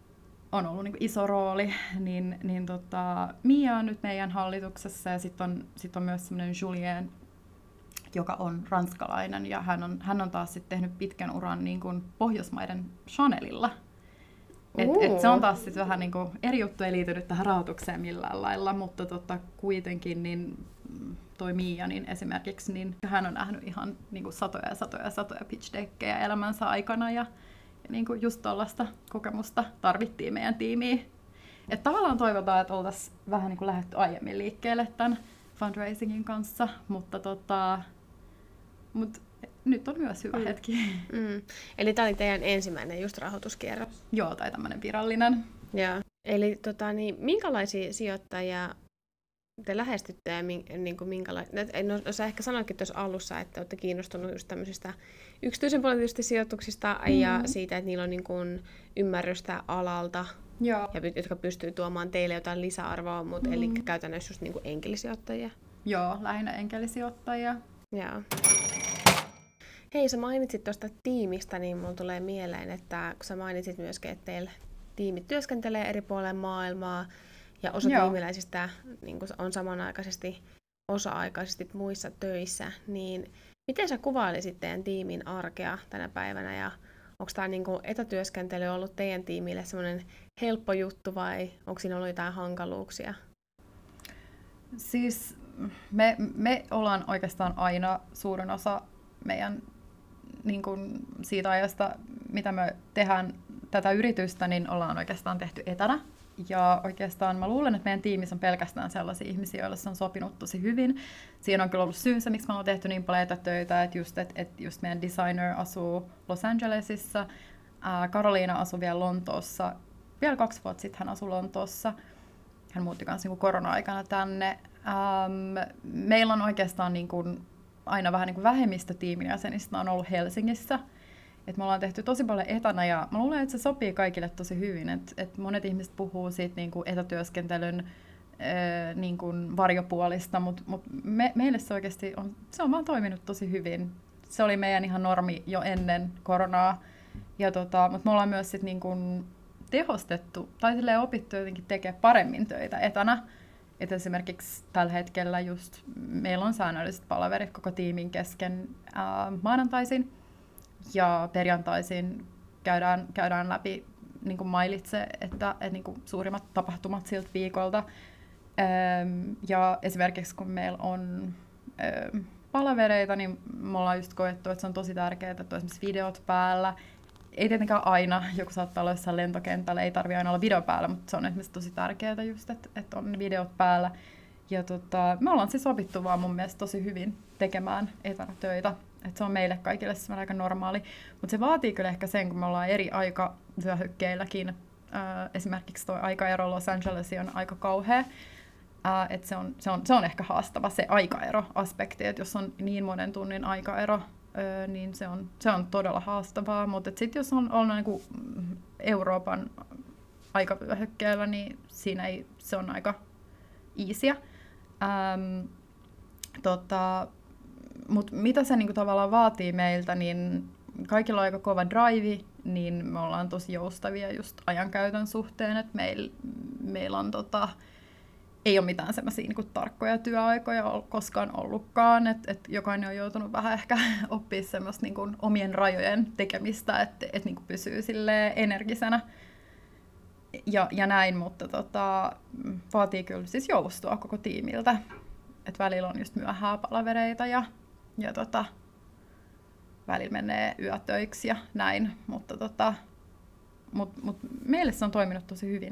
on ollut niin iso rooli, niin, niin tota, Mia on nyt meidän hallituksessa ja sitten on, sit on myös semmoinen Julien, joka on ranskalainen ja hän on, hän on taas sit tehnyt pitkän uran niin kuin Pohjoismaiden Chanelilla. Et, et se on taas sit vähän niin kuin eri juttu, ei liity tähän rahoitukseen millään lailla, mutta tota, kuitenkin niin toi Mia niin esimerkiksi, niin hän on nähnyt ihan niin kuin satoja ja satoja ja satoja pitch deckkejä elämänsä aikana ja, ja niin kuin just tuollaista kokemusta tarvittiin meidän tiimiin. Et tavallaan toivotaan, että oltaisiin vähän niin kuin lähdetty aiemmin liikkeelle tämän fundraisingin kanssa, mutta tota, mut nyt on myös hyvä mm. hetki. Mm. Eli tämä oli teidän ensimmäinen just rahoituskierros? Joo, tai tämmöinen virallinen. Joo. Eli tota, niin, minkälaisia sijoittajia te lähestytte ja min, niin kuin minkälaisia... No, no sä ehkä sanoitkin tuossa alussa, että olette kiinnostunut just tämmöisistä yksityisen puolen sijoituksista mm-hmm. ja siitä, että niillä on niin kuin ymmärrystä alalta, Joo. Ja, jotka pystyy tuomaan teille jotain lisäarvoa, mutta mm-hmm. eli käytännössä just niin kuin enkelisijoittajia. Joo, lähinnä enkelisijoittajia. Joo. Hei, sä mainitsit tuosta tiimistä, niin mulla tulee mieleen, että kun sä mainitsit myöskin, että teillä tiimit työskentelee eri puolilla maailmaa, ja osa Joo. tiimiläisistä niin kun on samanaikaisesti osa-aikaisesti muissa töissä, niin miten sä kuvailisit teidän tiimin arkea tänä päivänä, ja onko tämä niin kun etätyöskentely ollut teidän tiimille semmoinen helppo juttu, vai onko siinä ollut jotain hankaluuksia? Siis me, me ollaan oikeastaan aina suurin osa meidän niin kuin siitä ajasta, mitä me tehdään tätä yritystä, niin ollaan oikeastaan tehty etänä. Ja oikeastaan mä luulen, että meidän tiimissä on pelkästään sellaisia ihmisiä, joille se on sopinut tosi hyvin. Siinä on kyllä ollut syynsä, miksi me ollaan tehty niin paljon etätöitä, että just, että, että just meidän designer asuu Los Angelesissa, ää, Karoliina asuu vielä Lontoossa. Vielä kaksi vuotta sitten hän asui Lontoossa. Hän muutti kanssa niin kuin korona-aikana tänne. Ähm, meillä on oikeastaan niin kuin aina vähän niin kuin vähemmistö tiimin jäsenistä on ollut Helsingissä. Et me ollaan tehty tosi paljon etänä ja mä luulen, että se sopii kaikille tosi hyvin. Et, et monet ihmiset puhuu siitä niin kuin etätyöskentelyn ää, niin kuin varjopuolista, mutta mut me, meille se oikeasti on, se on vaan toiminut tosi hyvin. Se oli meidän ihan normi jo ennen koronaa. Ja tota, mutta me ollaan myös sit niin kuin tehostettu tai opittu jotenkin tekemään paremmin töitä etänä. Et esimerkiksi tällä hetkellä just meillä on säännölliset palaverit koko tiimin kesken ää, maanantaisin ja perjantaisin käydään, käydään läpi niin kuin mailitse, että, että niin kuin suurimmat tapahtumat siltä viikolta. Ähm, ja esimerkiksi kun meillä on ähm, palavereita, niin me ollaan just koettu, että se on tosi tärkeää, että on esimerkiksi videot päällä. Ei tietenkään aina, joku saattaa olla jossain lentokentällä, ei tarvitse aina olla video päällä, mutta se on esimerkiksi tosi tärkeää just, että, että on videot päällä. Ja tota, me ollaan siis opittu vaan mun mielestä tosi hyvin tekemään etänä töitä. Että se on meille kaikille semmoinen aika normaali. Mutta se vaatii kyllä ehkä sen, kun me ollaan eri aikavyöhykkeilläkin. Äh, esimerkiksi tuo aikaero Los Angelesiin on aika kauhea. Äh, että se on, se, on, se on ehkä haastava se aikaeroaspekti, että jos on niin monen tunnin aikaero, niin se on, se on todella haastavaa, mutta sitten jos on, on niin kuin Euroopan aikavyöhykkeellä, niin siinä ei, se on aika easyä. Ähm, tota, mutta mitä se niin kuin tavallaan vaatii meiltä, niin kaikilla on aika kova drive, niin me ollaan tosi joustavia just ajankäytön suhteen, että meil, meillä on tota, ei ole mitään semmoisia niin kuin tarkkoja työaikoja koskaan ollutkaan, että et jokainen on joutunut vähän ehkä oppia semmoista niin kuin omien rajojen tekemistä, että et, niin kuin pysyy silleen energisenä ja, ja näin, mutta tota, vaatii kyllä siis joustua koko tiimiltä, että välillä on just myöhää palavereita ja, ja tota, välillä menee yötöiksi ja näin, mutta tota, mut, mut meille se on toiminut tosi hyvin.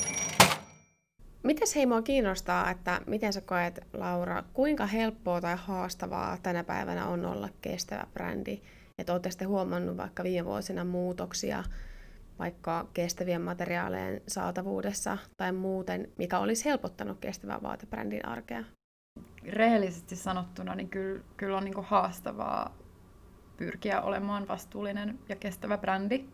Mites hei, mua kiinnostaa, että miten sä koet, Laura, kuinka helppoa tai haastavaa tänä päivänä on olla kestävä brändi? Että ootte sitten huomannut vaikka viime vuosina muutoksia vaikka kestävien materiaalien saatavuudessa tai muuten, mikä olisi helpottanut kestävän vaatebrändin arkea? Rehellisesti sanottuna, niin kyllä, kyllä on niin kuin haastavaa pyrkiä olemaan vastuullinen ja kestävä brändi.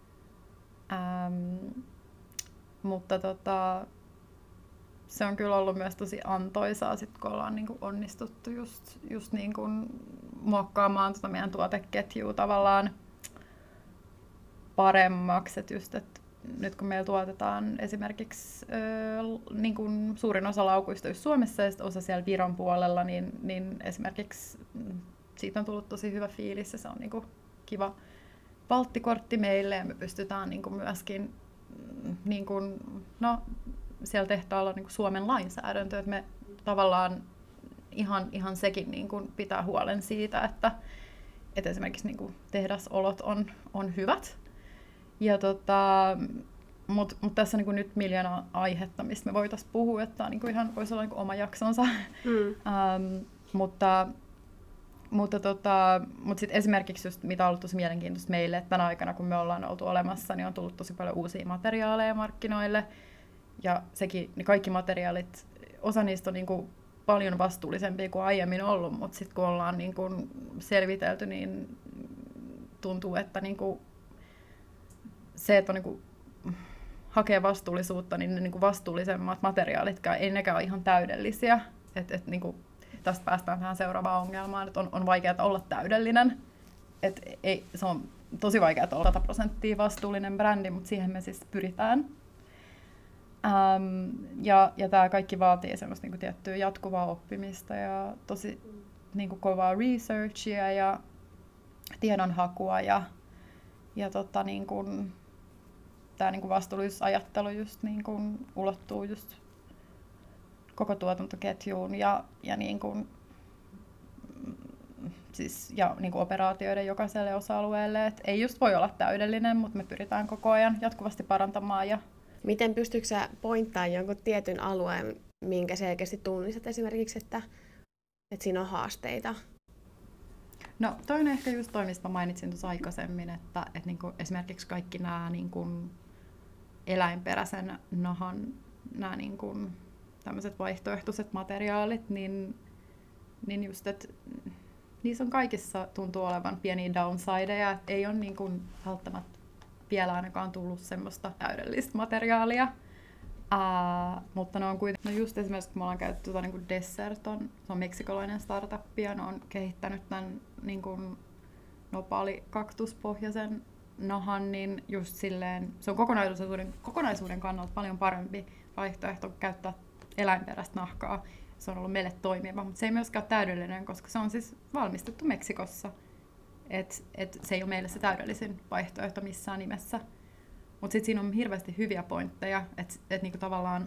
Ähm, mutta tota... Se on kyllä ollut myös tosi antoisaa, sit kun ollaan niin kuin onnistuttu just, just niin kuin muokkaamaan tota meidän tuoteketjua tavallaan paremmaksi. Et just, et nyt kun meillä tuotetaan esimerkiksi ö, niin kuin suurin osa laukuista just Suomessa ja osa siellä Viron puolella, niin, niin esimerkiksi siitä on tullut tosi hyvä fiilis ja se on niin kuin kiva valttikortti meille ja me pystytään niin kuin myöskin niin kuin, no, siellä tehtaalla niin kuin Suomen lainsäädäntö, että me tavallaan ihan, ihan sekin niin kuin pitää huolen siitä, että, että esimerkiksi niin kuin tehdasolot on, on hyvät. Ja tota, mutta mut tässä on niin kuin nyt miljoona aihetta, mistä me voitaisiin puhua, että niin kuin ihan voisi olla niin kuin oma jaksonsa. Mm. um, mutta mutta, tota, mutta sit esimerkiksi just, mitä on ollut tosi mielenkiintoista meille, että tänä aikana kun me ollaan oltu olemassa, niin on tullut tosi paljon uusia materiaaleja markkinoille. Ja sekin, niin kaikki materiaalit, osa niistä on niin kuin paljon vastuullisempia kuin aiemmin ollut, mutta sitten kun ollaan niin kuin selvitelty, niin tuntuu, että niin kuin se, että on niin kuin hakee vastuullisuutta, niin ne niin kuin vastuullisemmat materiaalitkaan ei nekään ole ihan täydellisiä. Et, et niin kuin tästä päästään tähän seuraavaan ongelmaan, että on, on vaikeaa olla täydellinen. Et ei, se on tosi vaikeaa olla sata prosenttia vastuullinen brändi, mutta siihen me siis pyritään. Ähm, ja ja tämä kaikki vaatii semmoista niinku tiettyä jatkuvaa oppimista ja tosi niinku kovaa researchia ja tiedonhakua. Ja, ja tota, niinku, tämä niinku vastuullisuusajattelu just niinku ulottuu just koko tuotantoketjuun ja, ja, niin kuin, siis, ja niin kuin operaatioiden jokaiselle osa-alueelle. Et ei just voi olla täydellinen, mutta me pyritään koko ajan jatkuvasti parantamaan. Ja miten pystytkö sä pointtaamaan jonkun tietyn alueen, minkä selkeästi tunnistat esimerkiksi, että, että siinä on haasteita? No toinen ehkä just toi, mistä mainitsin tuossa aikaisemmin, että, että niin kuin esimerkiksi kaikki nämä niin kuin eläinperäisen nahan nämä niin kuin tämmöiset vaihtoehtoiset materiaalit, niin, niin just, että niissä on kaikissa tuntuu olevan pieniä downsideja, että ei ole niin kuin välttämättä vielä ainakaan tullut semmoista täydellistä materiaalia. Ää, mutta ne on kuitenkin, no just esimerkiksi kun me ollaan käytetty tuota niin kuin Desserton, se on meksikolainen startup, ja ne on kehittänyt tämän niin kuin nopaalikaktuspohjaisen nahan, niin just silleen, se on kokonaisuuden, kokonaisuuden kannalta paljon parempi vaihtoehto käyttää eläinperäistä nahkaa. Se on ollut meille toimiva, mutta se ei myöskään ole täydellinen, koska se on siis valmistettu Meksikossa. Et, et se ei ole meille se täydellisin vaihtoehto missään nimessä. Mutta sitten siinä on hirveästi hyviä pointteja, että et niinku tavallaan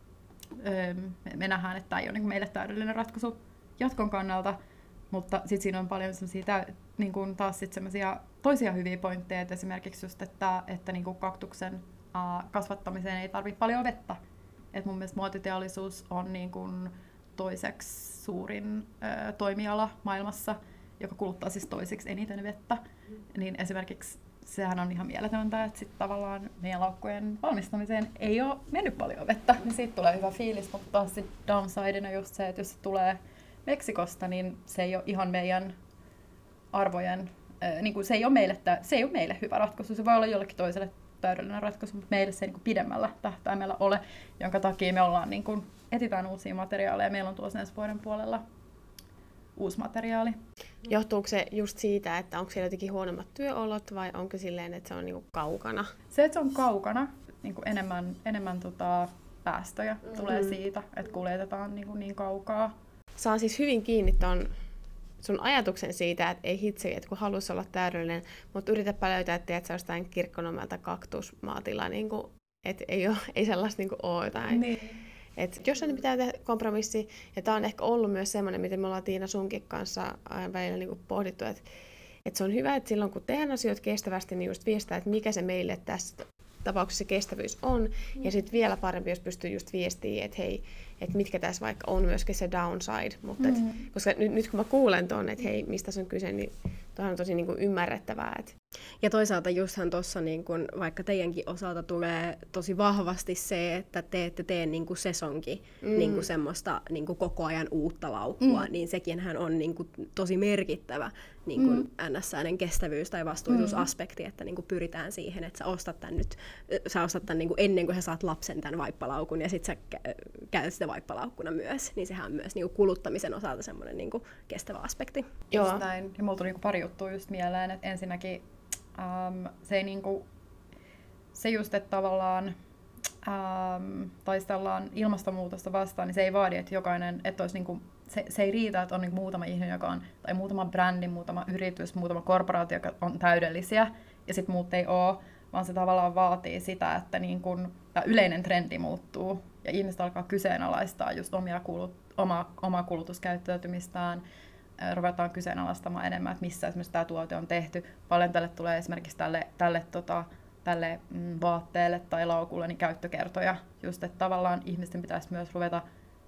öö, me nähdään, että tämä ei ole niinku meille täydellinen ratkaisu jatkon kannalta, mutta sitten siinä on paljon tä, niinku taas sit toisia hyviä pointteja, että esimerkiksi just, että, että niinku kaktuksen ää, kasvattamiseen ei tarvitse paljon vettä. Et mun mielestä muotiteollisuus on niin kuin toiseksi suurin ö, toimiala maailmassa, joka kuluttaa siis toiseksi eniten vettä. Niin esimerkiksi sehän on ihan mieletöntä, että sit tavallaan meidän laukkujen valmistamiseen ei ole mennyt paljon vettä, niin siitä tulee hyvä fiilis, mutta taas sit downsidena just se, että jos se tulee Meksikosta, niin se ei ole ihan meidän arvojen, ö, niin kuin se ei ole meille, se ei ole meille hyvä ratkaisu, se voi olla jollekin toiselle täydellinen ratkaisu, mutta meille se ei niin kuin pidemmällä tähtäimellä ole, jonka takia me ollaan, niin kuin, etsitään uusia materiaaleja. Meillä on tuossa ensi vuoden puolella uusi materiaali. Johtuuko se just siitä, että onko siellä jotenkin huonommat työolot vai onko silleen, että se on niin kuin kaukana? Se, että se on kaukana, niin kuin enemmän, enemmän tota, päästöjä mm. tulee siitä, että kuljetetaan niin, kuin niin kaukaa. Saan siis hyvin kiinni ton sun ajatuksen siitä, että ei hitsi, että kun haluaisi olla täydellinen, mutta yritäpä löytää, että teet sä jostain Kirkkonumelta kaktusmaatila, niin kuin, että ei, ole, ei sellaista niin kuin ole jotain. Niin. Et jossain pitää tehdä kompromissi, ja tämä on ehkä ollut myös semmoinen, miten me ollaan Tiina sunkin kanssa ajan välillä niin kuin pohdittu, että, että se on hyvä, että silloin kun tehdään asioita kestävästi, niin just viestää, että mikä se meille tässä tapauksessa se kestävyys on, mm. ja sitten vielä parempi, jos pystyy just viestiä, että hei, että mitkä tässä vaikka on myöskin se downside, mutta et, mm. koska nyt, nyt kun mä kuulen ton, että hei, mistä se on kyse, niin tuohan on tosi niin kuin ymmärrettävää. Et. Ja toisaalta justhan tuossa niin kun, vaikka teidänkin osalta tulee tosi vahvasti se, että te ette tee niin kuin sesonkin mm. niin kuin semmoista niin kuin koko ajan uutta laukkua, mm. niin sekinhän on niin kuin tosi merkittävä niin kuin mm. N S-säinen kestävyys- tai vastuullisuusaspekti, että niin kuin pyritään siihen, että sä ostat tämän nyt, sä ostat tämän niin kuin ennen kuin sä saat lapsen tämän vaippalaukun ja sit sä käytät sitä vaippalaukkuna myös, niin sehän on myös niin kuin kuluttamisen osalta semmoinen niin kuin kestävä aspekti. Joo. Just näin. Ja mulla tuli niin kuin pari juttua just mieleen, että ensinnäkin äm, se ei niin kuin, se just, että tavallaan ähm, taistellaan ilmastonmuutosta vastaan, niin se ei vaadi, että jokainen, että olisi niinku, se, se ei riitä, että on niinku muutama ihminen, joka on, tai muutama brändi, muutama yritys, muutama korporaatio, joka on täydellisiä, ja sitten muut ei ole, vaan se tavallaan vaatii sitä, että niinku, yleinen trendi muuttuu, ja ihmiset alkaa kyseenalaistaa just omia kulut, oma, omaa kulutuskäyttäytymistään, ruvetaan kyseenalaistamaan enemmän, että missä esimerkiksi tämä tuote on tehty. Paljon tälle tulee esimerkiksi tälle, tälle, tota, tälle mm, vaatteelle tai laukulle niin käyttökertoja. Just, että tavallaan ihmisten pitäisi myös ruveta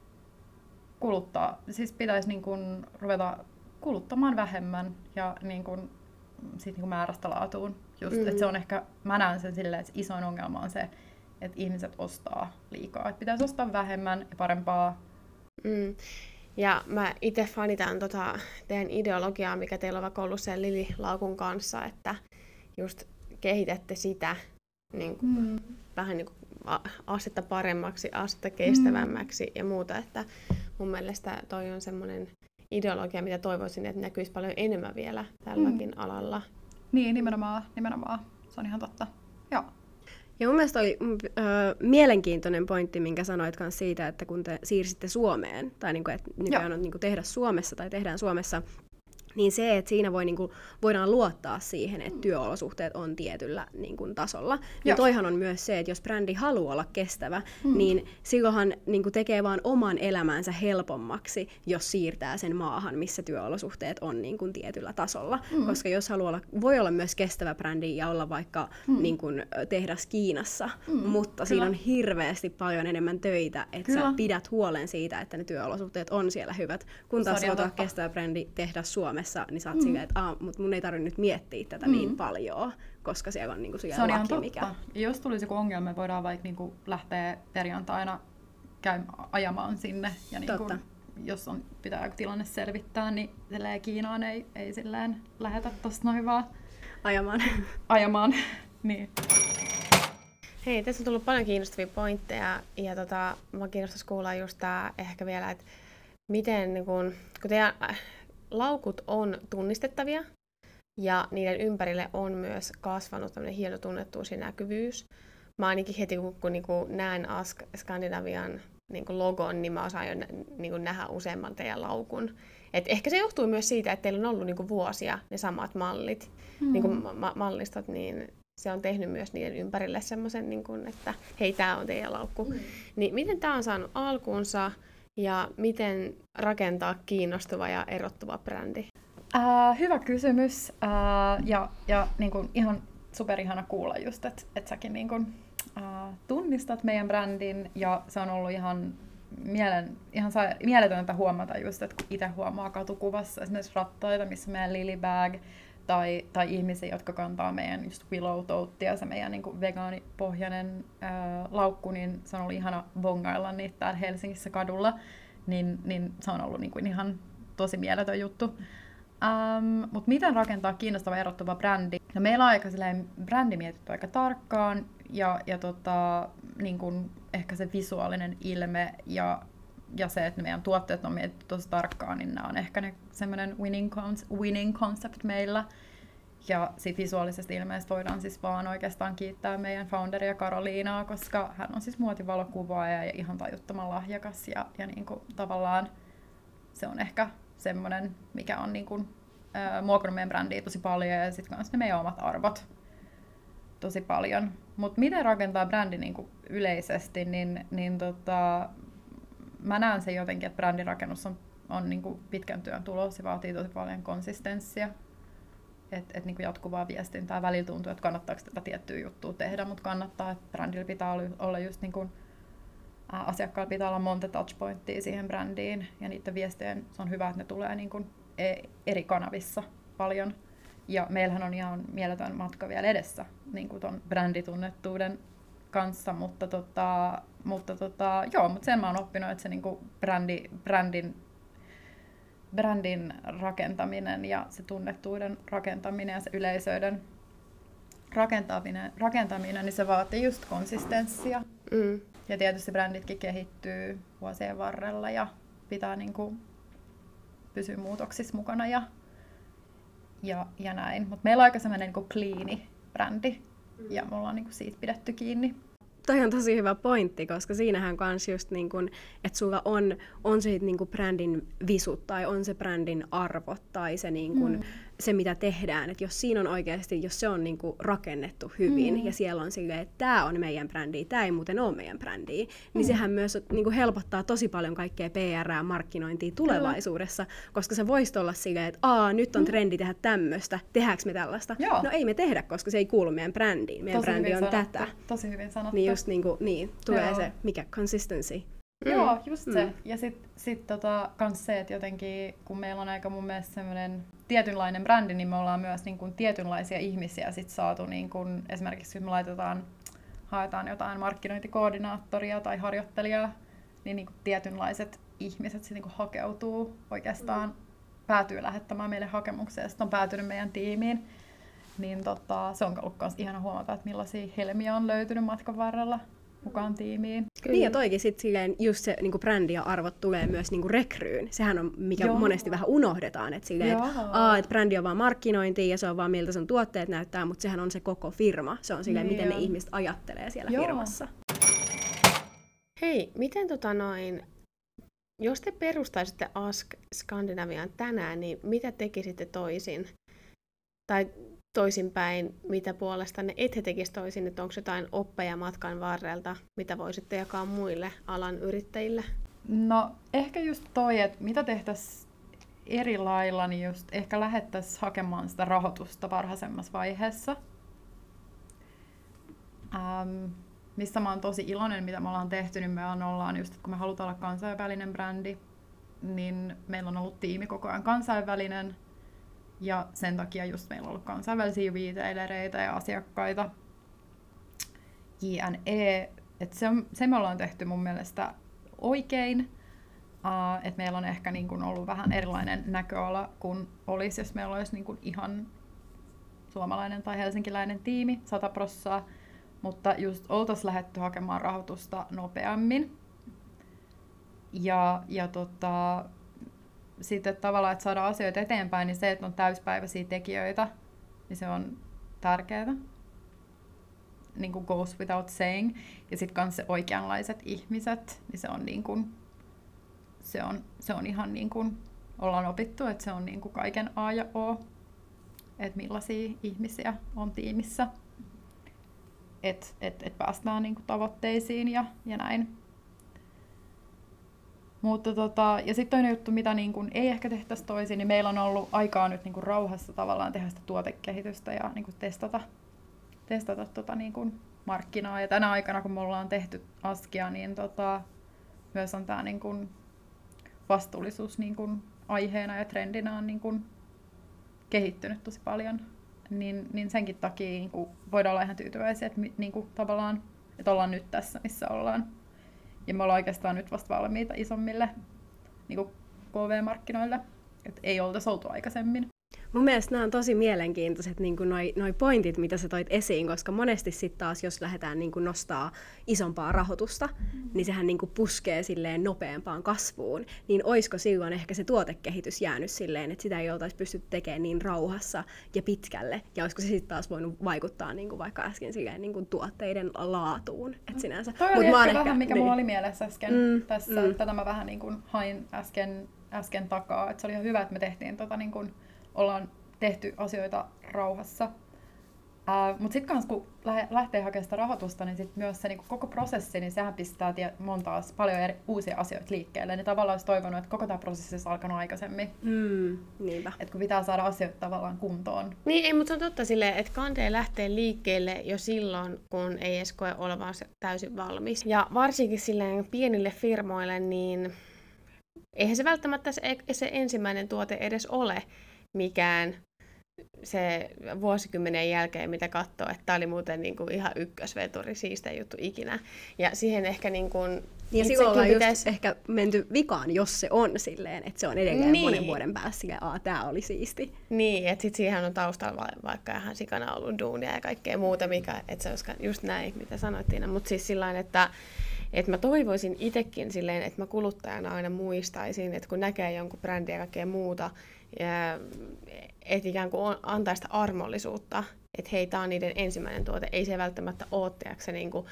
kuluttaa, siis pitäisi niin kuin ruveta kuluttamaan vähemmän ja niin kuin, sit niin kuin määrästä laatuun. Just, mm-hmm. että se on ehkä, mä näen sen silleen, että isoin ongelma on se, että ihmiset ostaa liikaa. Että pitäisi ostaa vähemmän ja parempaa. Mm. Ja mä itse fanitan tota teidän ideologiaa, mikä teillä on vaikka ollut sen Lili-laukun kanssa, että just kehitätte sitä niin kuin, mm. vähän niin kuin astetta paremmaksi, astetta kestävämmäksi mm. ja muuta. Että mun mielestä toi on semmoinen ideologia, mitä toivoisin, että näkyisi paljon enemmän vielä tälläkin mm. alalla. Niin, nimenomaan, nimenomaan. Se on ihan totta. Joo. Ja mun mielestä oli ö, mielenkiintoinen pointti, minkä sanoit myös siitä, että kun te siirsitte Suomeen, tai niinku, että nykyään on niinku tehdä Suomessa tai tehdään Suomessa, niin se, että siinä voi, niinku, voidaan luottaa siihen, että työolosuhteet on tietyllä niinku, tasolla. Ja Joo. toihan on myös se, että jos brändi haluaa olla kestävä, mm. niin silloinhan niinku, tekee vaan oman elämänsä helpommaksi, jos siirtää sen maahan, missä työolosuhteet on niinku, tietyllä tasolla. Mm. Koska jos haluaa olla, voi olla myös kestävä brändi ja olla vaikka mm. niinku, tehdas Kiinassa, mm. mutta Kyllä. siinä on hirveästi paljon enemmän töitä, että Kyllä. sä pidät huolen siitä, että ne työolosuhteet on siellä hyvät. Kun taas olet kestävä brändi tehdas Suomessa, niin sä oot mm. silleen, että mut mun ei tarvitse nyt miettiä tätä mm. niin paljon, koska siellä on niinku se on laki, ihan mikä... Jos tulisi joku ongelma, me voidaan vaikka niinku lähteä perjantaina käy, ajamaan sinne. Ja niinku, jos on, pitää joku tilanne selvittää, niin Kiinaan ei, ei silleen lähetä tosta noin vaan ajamaan. ajamaan. niin. Hei, tässä on tullut paljon kiinnostavia pointteja. Ja tota, mä kiinnostaisi kuulla just tää ehkä vielä, että miten, niin kun, kun teidän laukut on tunnistettavia ja niiden ympärille on myös kasvanut tämmöinen hieno tunnettuus ja näkyvyys. Mä ainakin heti kun, kun niin kuin näen Ask Scandinavian niin kuin logon, niin mä osaan jo niin kuin nähdä useamman teidän laukun. Et ehkä se johtuu myös siitä, että teillä on ollut niin kuin vuosia ne samat mallit, mm. niin kuin ma- mallistot, niin se on tehnyt myös niiden ympärille semmoisen, niin kuin, että hei, tää on teidän laukku. Mm. Niin miten tää on saanut alkuunsa? Ja miten rakentaa kiinnostava ja erottuva brändi? Äh, hyvä kysymys. Äh, ja ja niin kun, ihan superihana kuulla just, että et säkin niin kun, äh, tunnistat meidän brändin. Ja se on ollut ihan, mielen, ihan sa- mieletöntä huomata just, että kun itse huomaa katukuvassa esimerkiksi rattaita, missä meidän Lily Bag, tai, tai ihmisiä, jotka kantaa meidän just Willow Totea, se meidän niin kuin vegaanipohjainen ää, laukku, niin se on ollut ihana bongailla niitä täällä Helsingissä kadulla, niin, niin se on ollut niin kuin ihan tosi mieletön juttu. Ähm, Mutta miten rakentaa kiinnostava erottuva brändi? No, meillä on aika brändi mietitty aika tarkkaan, ja, ja tota, niin kuin ehkä se visuaalinen ilme ja ja se, että meidän tuotteet on mietitty tosi tarkkaan, niin nämä on ehkä ne semmoinen winning, cons- winning concept meillä. Ja sit visuaalisesti ilmeisesti voidaan siis vaan oikeastaan kiittää meidän founderia Karoliinaa, koska hän on siis muotivalokuvaaja ja ihan tajuttoman lahjakas. Ja, ja niin kuin, tavallaan se on ehkä semmoinen, mikä on niin kuin, äh, muokannut meidän brändiä tosi paljon ja sitten myös ne meidän omat arvot tosi paljon. Mutta miten rakentaa brändi niin kuin yleisesti, niin, niin tota, mä näen sen jotenkin, että brändirakennus on, on niin kuin pitkän työn tulos, se vaatii tosi paljon konsistenssia, että et niin kuin jatkuvaa viestintää. Välillä tuntuu, että kannattaako tätä tiettyä juttua tehdä, mutta kannattaa, että brändillä pitää olla just niin kuin, ä, asiakkaalla pitää olla monta touchpointtia siihen brändiin, ja niiden viestien, se on hyvä, että ne tulee niin kuin eri kanavissa paljon. Ja meillähän on ihan mieletön matka vielä edessä niin kuin ton bränditunnettuuden kanssa, mutta, tota, mutta tota, joo, mutta sen mä oon oppinut, että se niinku brändi, brändin, brändin rakentaminen ja se tunnettuuden rakentaminen ja se yleisöiden rakentaminen, rakentaminen niin se vaatii just konsistenssia. Mm. Ja tietysti bränditkin kehittyy vuosien varrella ja pitää niinku pysyä muutoksissa mukana ja, ja, ja näin. Mutta meillä on aika semmoinen niinku cleani brändi. ja me ollaan niin kuin siitä pidetty kiinni. Toi on tosi hyvä pointti, koska siinähän kans just niin kun, että sulla on, on se niin kun brändin visut tai on se brändin arvot tai se, niin kun, mm. se mitä tehdään. Että jos siinä on oikeasti, jos se on niin kun rakennettu hyvin mm. ja siellä on silleen, että tämä on meidän brändi, tämä ei muuten ole meidän brändi, niin mm. sehän myös niin kun helpottaa tosi paljon kaikkea P R ja markkinointia tulevaisuudessa, Kyllä. koska se voisi olla silleen, että Aa, nyt on trendi tehdä tämmöistä, tehdäänkö me tällaista? Joo. No ei me tehdä, koska se ei kuulu meidän brändiin. Meidän tosi brändi on sanottu. tätä. Tosi hyvin sanottu. Niin just niinku, niin, tulee Joo. se, mikä consistency. Mm. Joo, just se. Mm. Ja sitten sit tota, kans se, että jotenkin, kun meillä on aika mun mielestä semmoinen tietynlainen brändi, niin me ollaan myös niin kuin tietynlaisia ihmisiä sit saatu, niin kuin, esimerkiksi jos me laitetaan, haetaan jotain markkinointikoordinaattoria tai harjoittelijaa, niin, niin kuin tietynlaiset ihmiset sit niin kuin hakeutuu oikeastaan, mm. päätyy lähettämään meille hakemuksia ja sitten on päätynyt meidän tiimiin. Niin tota, se on ollut myös ihana huomata, että millaisia helmiä on löytynyt matkan varrella mukaan tiimiin. Kyllä. Niin ja toikin sitten silleen, just se niinku brändi ja arvot tulee myös niinku rekryyn. Sehän on, mikä Joo. monesti vähän unohdetaan, että silleen, et, et brändi on vaan markkinointi ja se on vaan miltä sun tuotteet näyttää, mutta sehän on se koko firma. Se on silleen, niin miten on. Ne ihmiset ajattelee siellä Joo. firmassa. Hei, miten tota noin, jos te perustaisitte Ask Scandinavian tänään, niin mitä tekisitte toisin? Tai toisinpäin, mitä puolestanne ette tekisi toisin, että onko jotain oppeja matkan varrelta, mitä voisitte jakaa muille alan yrittäjille? No ehkä just toi, että mitä tehtäisiin eri lailla, niin just ehkä lähettäisiin hakemaan sitä rahoitusta varhaisemmassa vaiheessa. Ähm, mistä mä oon tosi iloinen, mitä me ollaan tehty, niin me ollaan just, että kun me halutaan olla kansainvälinen brändi, niin meillä on ollut tiimi koko ajan kansainvälinen. Ja sen takia just meillä on ollut kansainvälisiä retailereita ja asiakkaita. J N E, että se, se me ollaan tehty mun mielestä oikein. Uh, että meillä on ehkä niin kun ollut vähän erilainen näköala kuin olisi, jos meillä olisi niin kun ihan suomalainen tai helsinkiläinen tiimi, sata prossaa. Mutta just oltaisiin lähdetty hakemaan rahoitusta nopeammin. Ja, ja tota... Sitten tavallaan, että saadaan asioita eteenpäin, niin se, että on täyspäiväisiä tekijöitä, niin se on tärkeää. Niin kuin goes without saying. Ja sitten myös se oikeanlaiset ihmiset, niin se on, niin kuin, se on, se on ihan niin kuin ollaan opittu, että se on niin kuin kaiken A ja O. Että millaisia ihmisiä on tiimissä. Että et, et päästään niin kuin tavoitteisiin ja, ja näin. Mutta tota, ja sitten toinen juttu, mitä niin kun ei ehkä tehtäisi toisin, niin meillä on ollut aikaa nyt niin kun rauhassa tavallaan tehdä sitä tuotekehitystä ja niin kun testata, testata tota niin kun markkinaa. Ja tänä aikana, kun me ollaan tehty Askia, niin tota, myös on tämä niin kun vastuullisuus niin kun aiheena ja trendinä on niin kun kehittynyt tosi paljon. Niin, niin senkin takia niin kun voidaan olla ihan tyytyväisiä, että, niin kun tavallaan, että ollaan nyt tässä, missä ollaan. Ja me ollaan oikeastaan nyt vasta valmiita isommille niin kuin K V-markkinoille, että ei oltaisi oltu aikaisemmin. Mun mielestä nämä on tosi mielenkiintoiset niin kuin noi, noi pointit, mitä sä toit esiin, koska monesti sitten taas, jos lähdetään niin kuin nostaa isompaa rahoitusta, mm. niin sehän niin kuin puskee silleen nopeampaan kasvuun. Niin oisko silloin ehkä se tuotekehitys jäänyt silleen, että sitä ei oltaisi pystytty tekemään niin rauhassa ja pitkälle, ja olisiko se sitten taas voinut vaikuttaa niin kuin vaikka äsken silleen niin kuin tuotteiden laatuun. Et sinänsä. Toi oli Mut ehkä vähän, mikä niin. mulla oli mielessä äsken mm, tässä. Mm. Tätä mä vähän niin kuin hain äsken, äsken takaa. Et se oli ihan hyvä, että me tehtiin tota niin kuin ollaan tehty asioita rauhassa. Uh, Mutta sitten kun lähe, lähtee hakemaan sitä rahoitusta, niin sit myös se niinku koko prosessi, niin sehän pistää tie, monta paljon eri, uusia asioita liikkeelle. Niin tavallaan olisi toivonut, että koko tämä prosessi olisi alkanut aikaisemmin. Mm, niinpä. Et kun pitää saada asioita tavallaan kuntoon. Niin, ei, mutta se on totta silleen, että kante lähtee liikkeelle jo silloin, kun ei edes koe olevansa täysin valmis. Ja varsinkin silleen pienille firmoille, niin eihän se välttämättä se, se ensimmäinen tuote edes ole mikään se vuosikymmenen jälkeen, mitä katsoo, että tämä oli muuten niin kuin ihan ykkösveturi, siistein juttu ikinä. Ja siihen ehkä niin kuin... Ja silloin ollaan pitäisi... ehkä menty vikaan, jos se on silleen, että se on edelleen niin. monen vuoden päässä silleen, että tämä oli siisti. Niin, että sitten siihen on taustalla vaikka ihan sikana ollut duunia ja kaikkea muuta, mikä, että se olisi just näin, mitä sanoit Tiina. Mutta siis sillain, että Et mä toivoisin itsekin silleen, että mä kuluttajana aina muistaisin, että kun näkee jonkun brändiä ja kaikkea muuta, että ikään kuin antaa sitä armollisuutta, että hei, tää on niiden ensimmäinen tuote, ei se välttämättä ole tiedätkö, niin kuin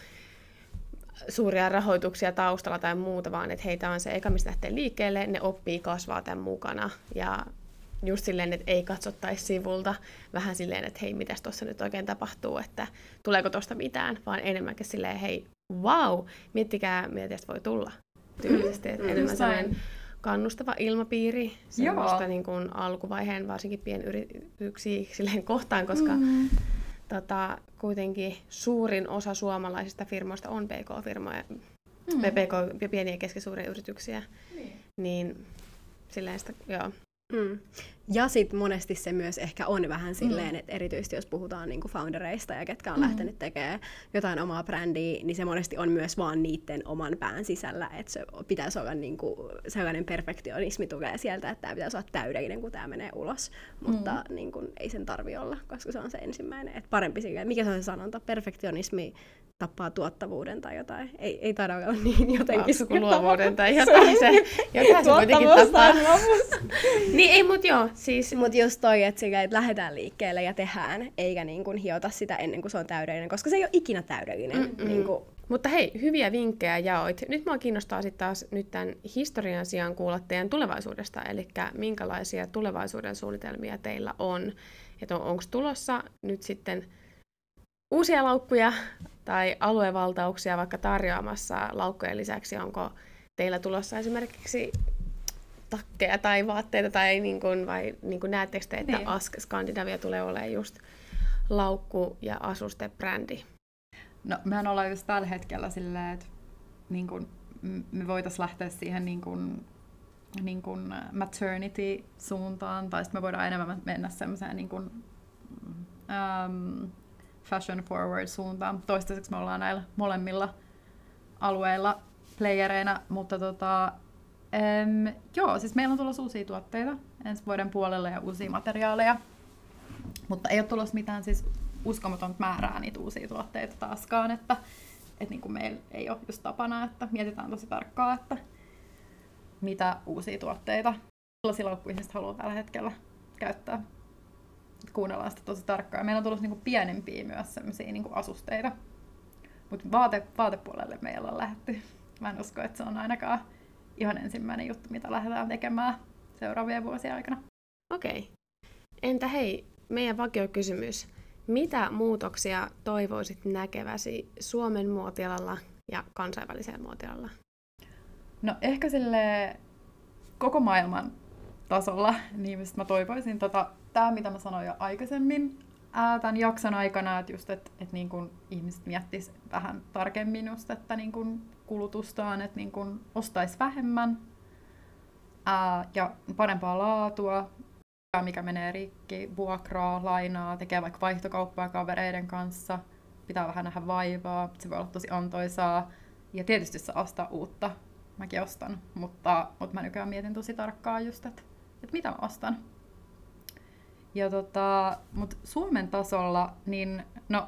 suuria rahoituksia taustalla tai muuta, vaan että hei, tää on se eka, mistä lähtee liikkeelle, ne oppii kasvaa tämän mukana, ja just silleen, että ei katsottaisi sivulta vähän silleen, että hei, mitäs tuossa nyt oikein tapahtuu, että tuleeko tuosta mitään, vaan enemmänkin silleen, hei, wow, miettikää, mitä tästä voi tulla tyylisesti, että enemmän sellainen kannustava ilmapiiri semmoista niin kuin alkuvaiheen varsinkin pienyrityksiä silleen kohtaan, koska mm. tota, kuitenkin suurin osa suomalaisista firmoista on P K-firmoja, mm. P K, pieniä ja keskisuuria yrityksiä, mm. niin silleen sitä, joo. Mm. Ja sitten monesti se myös ehkä on vähän silleen, mm. että erityisesti jos puhutaan niinku foundereista ja ketkä on mm. lähtenyt tekemään jotain omaa brändiä, niin se monesti on myös vaan niiden oman pään sisällä, että se pitäisi olla niinku sellainen perfektionismi tulee sieltä, että tämä pitäisi olla täydellinen, kun tämä menee ulos, mutta mm. niinku, ei sen tarvi olla, koska se on se ensimmäinen. Et parempi silleen, mikä se on se sanonta, perfektionismi tappaa tuottavuuden tai jotain. Ei, ei taida olla niin jotenkin. Luovuuden tai jotain. Se, jotain se kuitenkin tappaa. Niin ei, mut joo. Siis... Mut just toi, että, sillä, että lähdetään liikkeelle ja tehdään, eikä niin kuin hiota sitä ennen kuin se on täydellinen, koska se ei ole ikinä täydellinen. Niin kuin... Mutta hei, hyviä vinkkejä jaoit. Nyt mua kiinnostaa sitten taas nyt tämän historian sijaan kuulla teidän tulevaisuudesta, eli minkälaisia tulevaisuuden suunnitelmia teillä on. Että on, onko tulossa nyt sitten uusia laukkuja tai aluevaltauksia vaikka tarjoamassa laukkujen lisäksi, onko teillä tulossa esimerkiksi takkeja tai vaatteita, tai niin kuin, vai niin kuin näettekö te, että niin. Ask Scandinavia tulee olemaan just laukku- ja asustebrändi? No, mehän ollaan just tällä hetkellä silleen, että niin kuin, me voitaisiin lähteä siihen niin kuin, niin kuin maternity-suuntaan, tai sitten me voidaan enemmän mennä semmoiseen niin kuin, um, fashion forward suuntaan. Toistaiseksi me ollaan näillä molemmilla alueilla playereina, mutta tota, em, joo, siis meillä on tulossa uusia tuotteita ensi vuoden puolella ja uusia materiaaleja, mutta ei ole tulossa mitään siis uskomatonta määrää niitä uusia tuotteita taaskaan, että et niin kuin meillä ei ole just tapana, että mietitään tosi tarkkaan, että mitä uusia tuotteita millaisia laukkuja haluaa tällä hetkellä käyttää. Kuunnellaan sitä tosi tarkkaan. Meillä on tulossa niinku pienempiä myös sellaisia niinku asusteita, mutta vaate, vaatepuolelle meillä on lähdetty. Mä en usko, että se on ainakaan ihan ensimmäinen juttu, mitä lähdetään tekemään seuraavien vuosien aikana. Okei. Entä hei, meidän vakiokysymys. Mitä muutoksia toivoisit näkeväsi Suomen muotialalla ja kansainvälisellä muotialalla? No ehkä sille koko maailman tasolla, niin mistä mä toivoisin tota, tämä, mitä mä sanoin jo aikaisemmin ää, tämän jakson aikana, että just, et, et niin kun ihmiset miettis vähän tarkemmin just, että niin kun kulutustaan, että niin kun ostaisi vähemmän ää, ja parempaa laatua, mikä menee rikki, vuokraa, lainaa, tekee vaikka vaihtokauppaa kavereiden kanssa, pitää vähän nähdä vaivaa, se voi olla tosi antoisaa ja tietysti se ostaa uutta, mäkin ostan, mutta, mutta mä nykyään mietin tosi tarkkaan just, että, että mitä mä ostan. Ja tota, mut Suomen tasolla, niin no,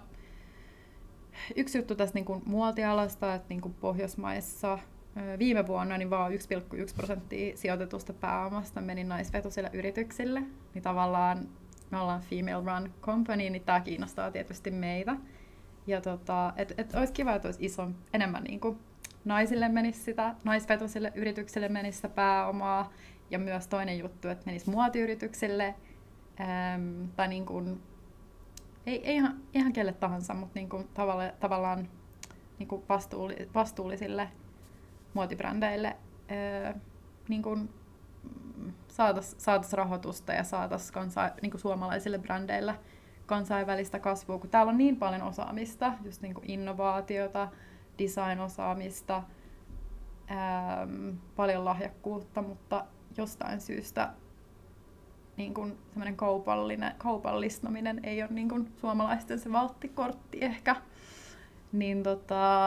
yksi juttu tästä niin kuin muotialasta, että niin kuin Pohjoismaissa viime vuonna niin vaan yksi pilkku yksi prosenttia sijoitetusta pääomasta meni naisvetoisille yrityksille. Niin tavallaan me ollaan female run company, niin tämä kiinnostaa tietysti meitä. Ja tota, et, et olisi kiva, että olisi iso, enemmän niin kuin naisille menisi sitä, naisvetoisille yrityksille menisi sitä pääomaa. Ja myös toinen juttu, että menisi muotiyrityksille. Ähm, tai niin kuin, ei, ei ihan, ihan kelle tahansa, mutta niin kuin tavalle, tavallaan niin kuin vastuulli, vastuullisille muotibrändeille ää, niin kuin saataisiin saatais rahoitusta ja saataisiin kansa, niin kuin suomalaisille brändeille kansainvälistä kasvua, kun täällä on niin paljon osaamista, just niin kuin innovaatiota, design-osaamista, ää, paljon lahjakkuutta, mutta jostain syystä niin kuin semmoinen kaupallinen, kaupallistaminen ei ole niin kuin suomalaisten se valttikortti ehkä. Niin, tota,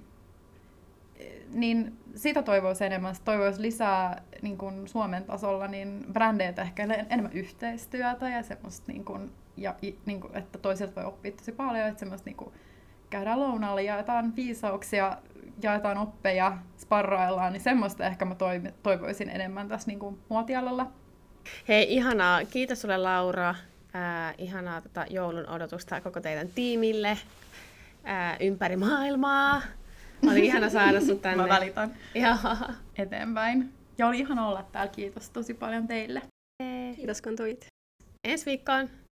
niin sitä toivoisi enemmän. Toivoisi lisää niin kuin Suomen tasolla niin brändeiltä ehkä enemmän yhteistyötä ja semmoista, niin kuin, ja, niin kuin, että toiselta voi oppia tosi paljon, että semmoista niin kuin käydään lounaalla, jaetaan viisauksia, jaetaan oppeja, sparraillaan, niin semmoista ehkä mä toivoisin enemmän tässä niin kuin muotialalla. Hei, ihanaa. Kiitos sulle, Laura. Äh, ihanaa tota, joulun odotusta koko teidän tiimille äh, ympäri maailmaa. Oli ihana saada sut tänne. Mä välitän ja. eteenpäin. Ja oli ihana olla täällä. Kiitos tosi paljon teille. Kiitos kun tulit. Ensi viikkoon.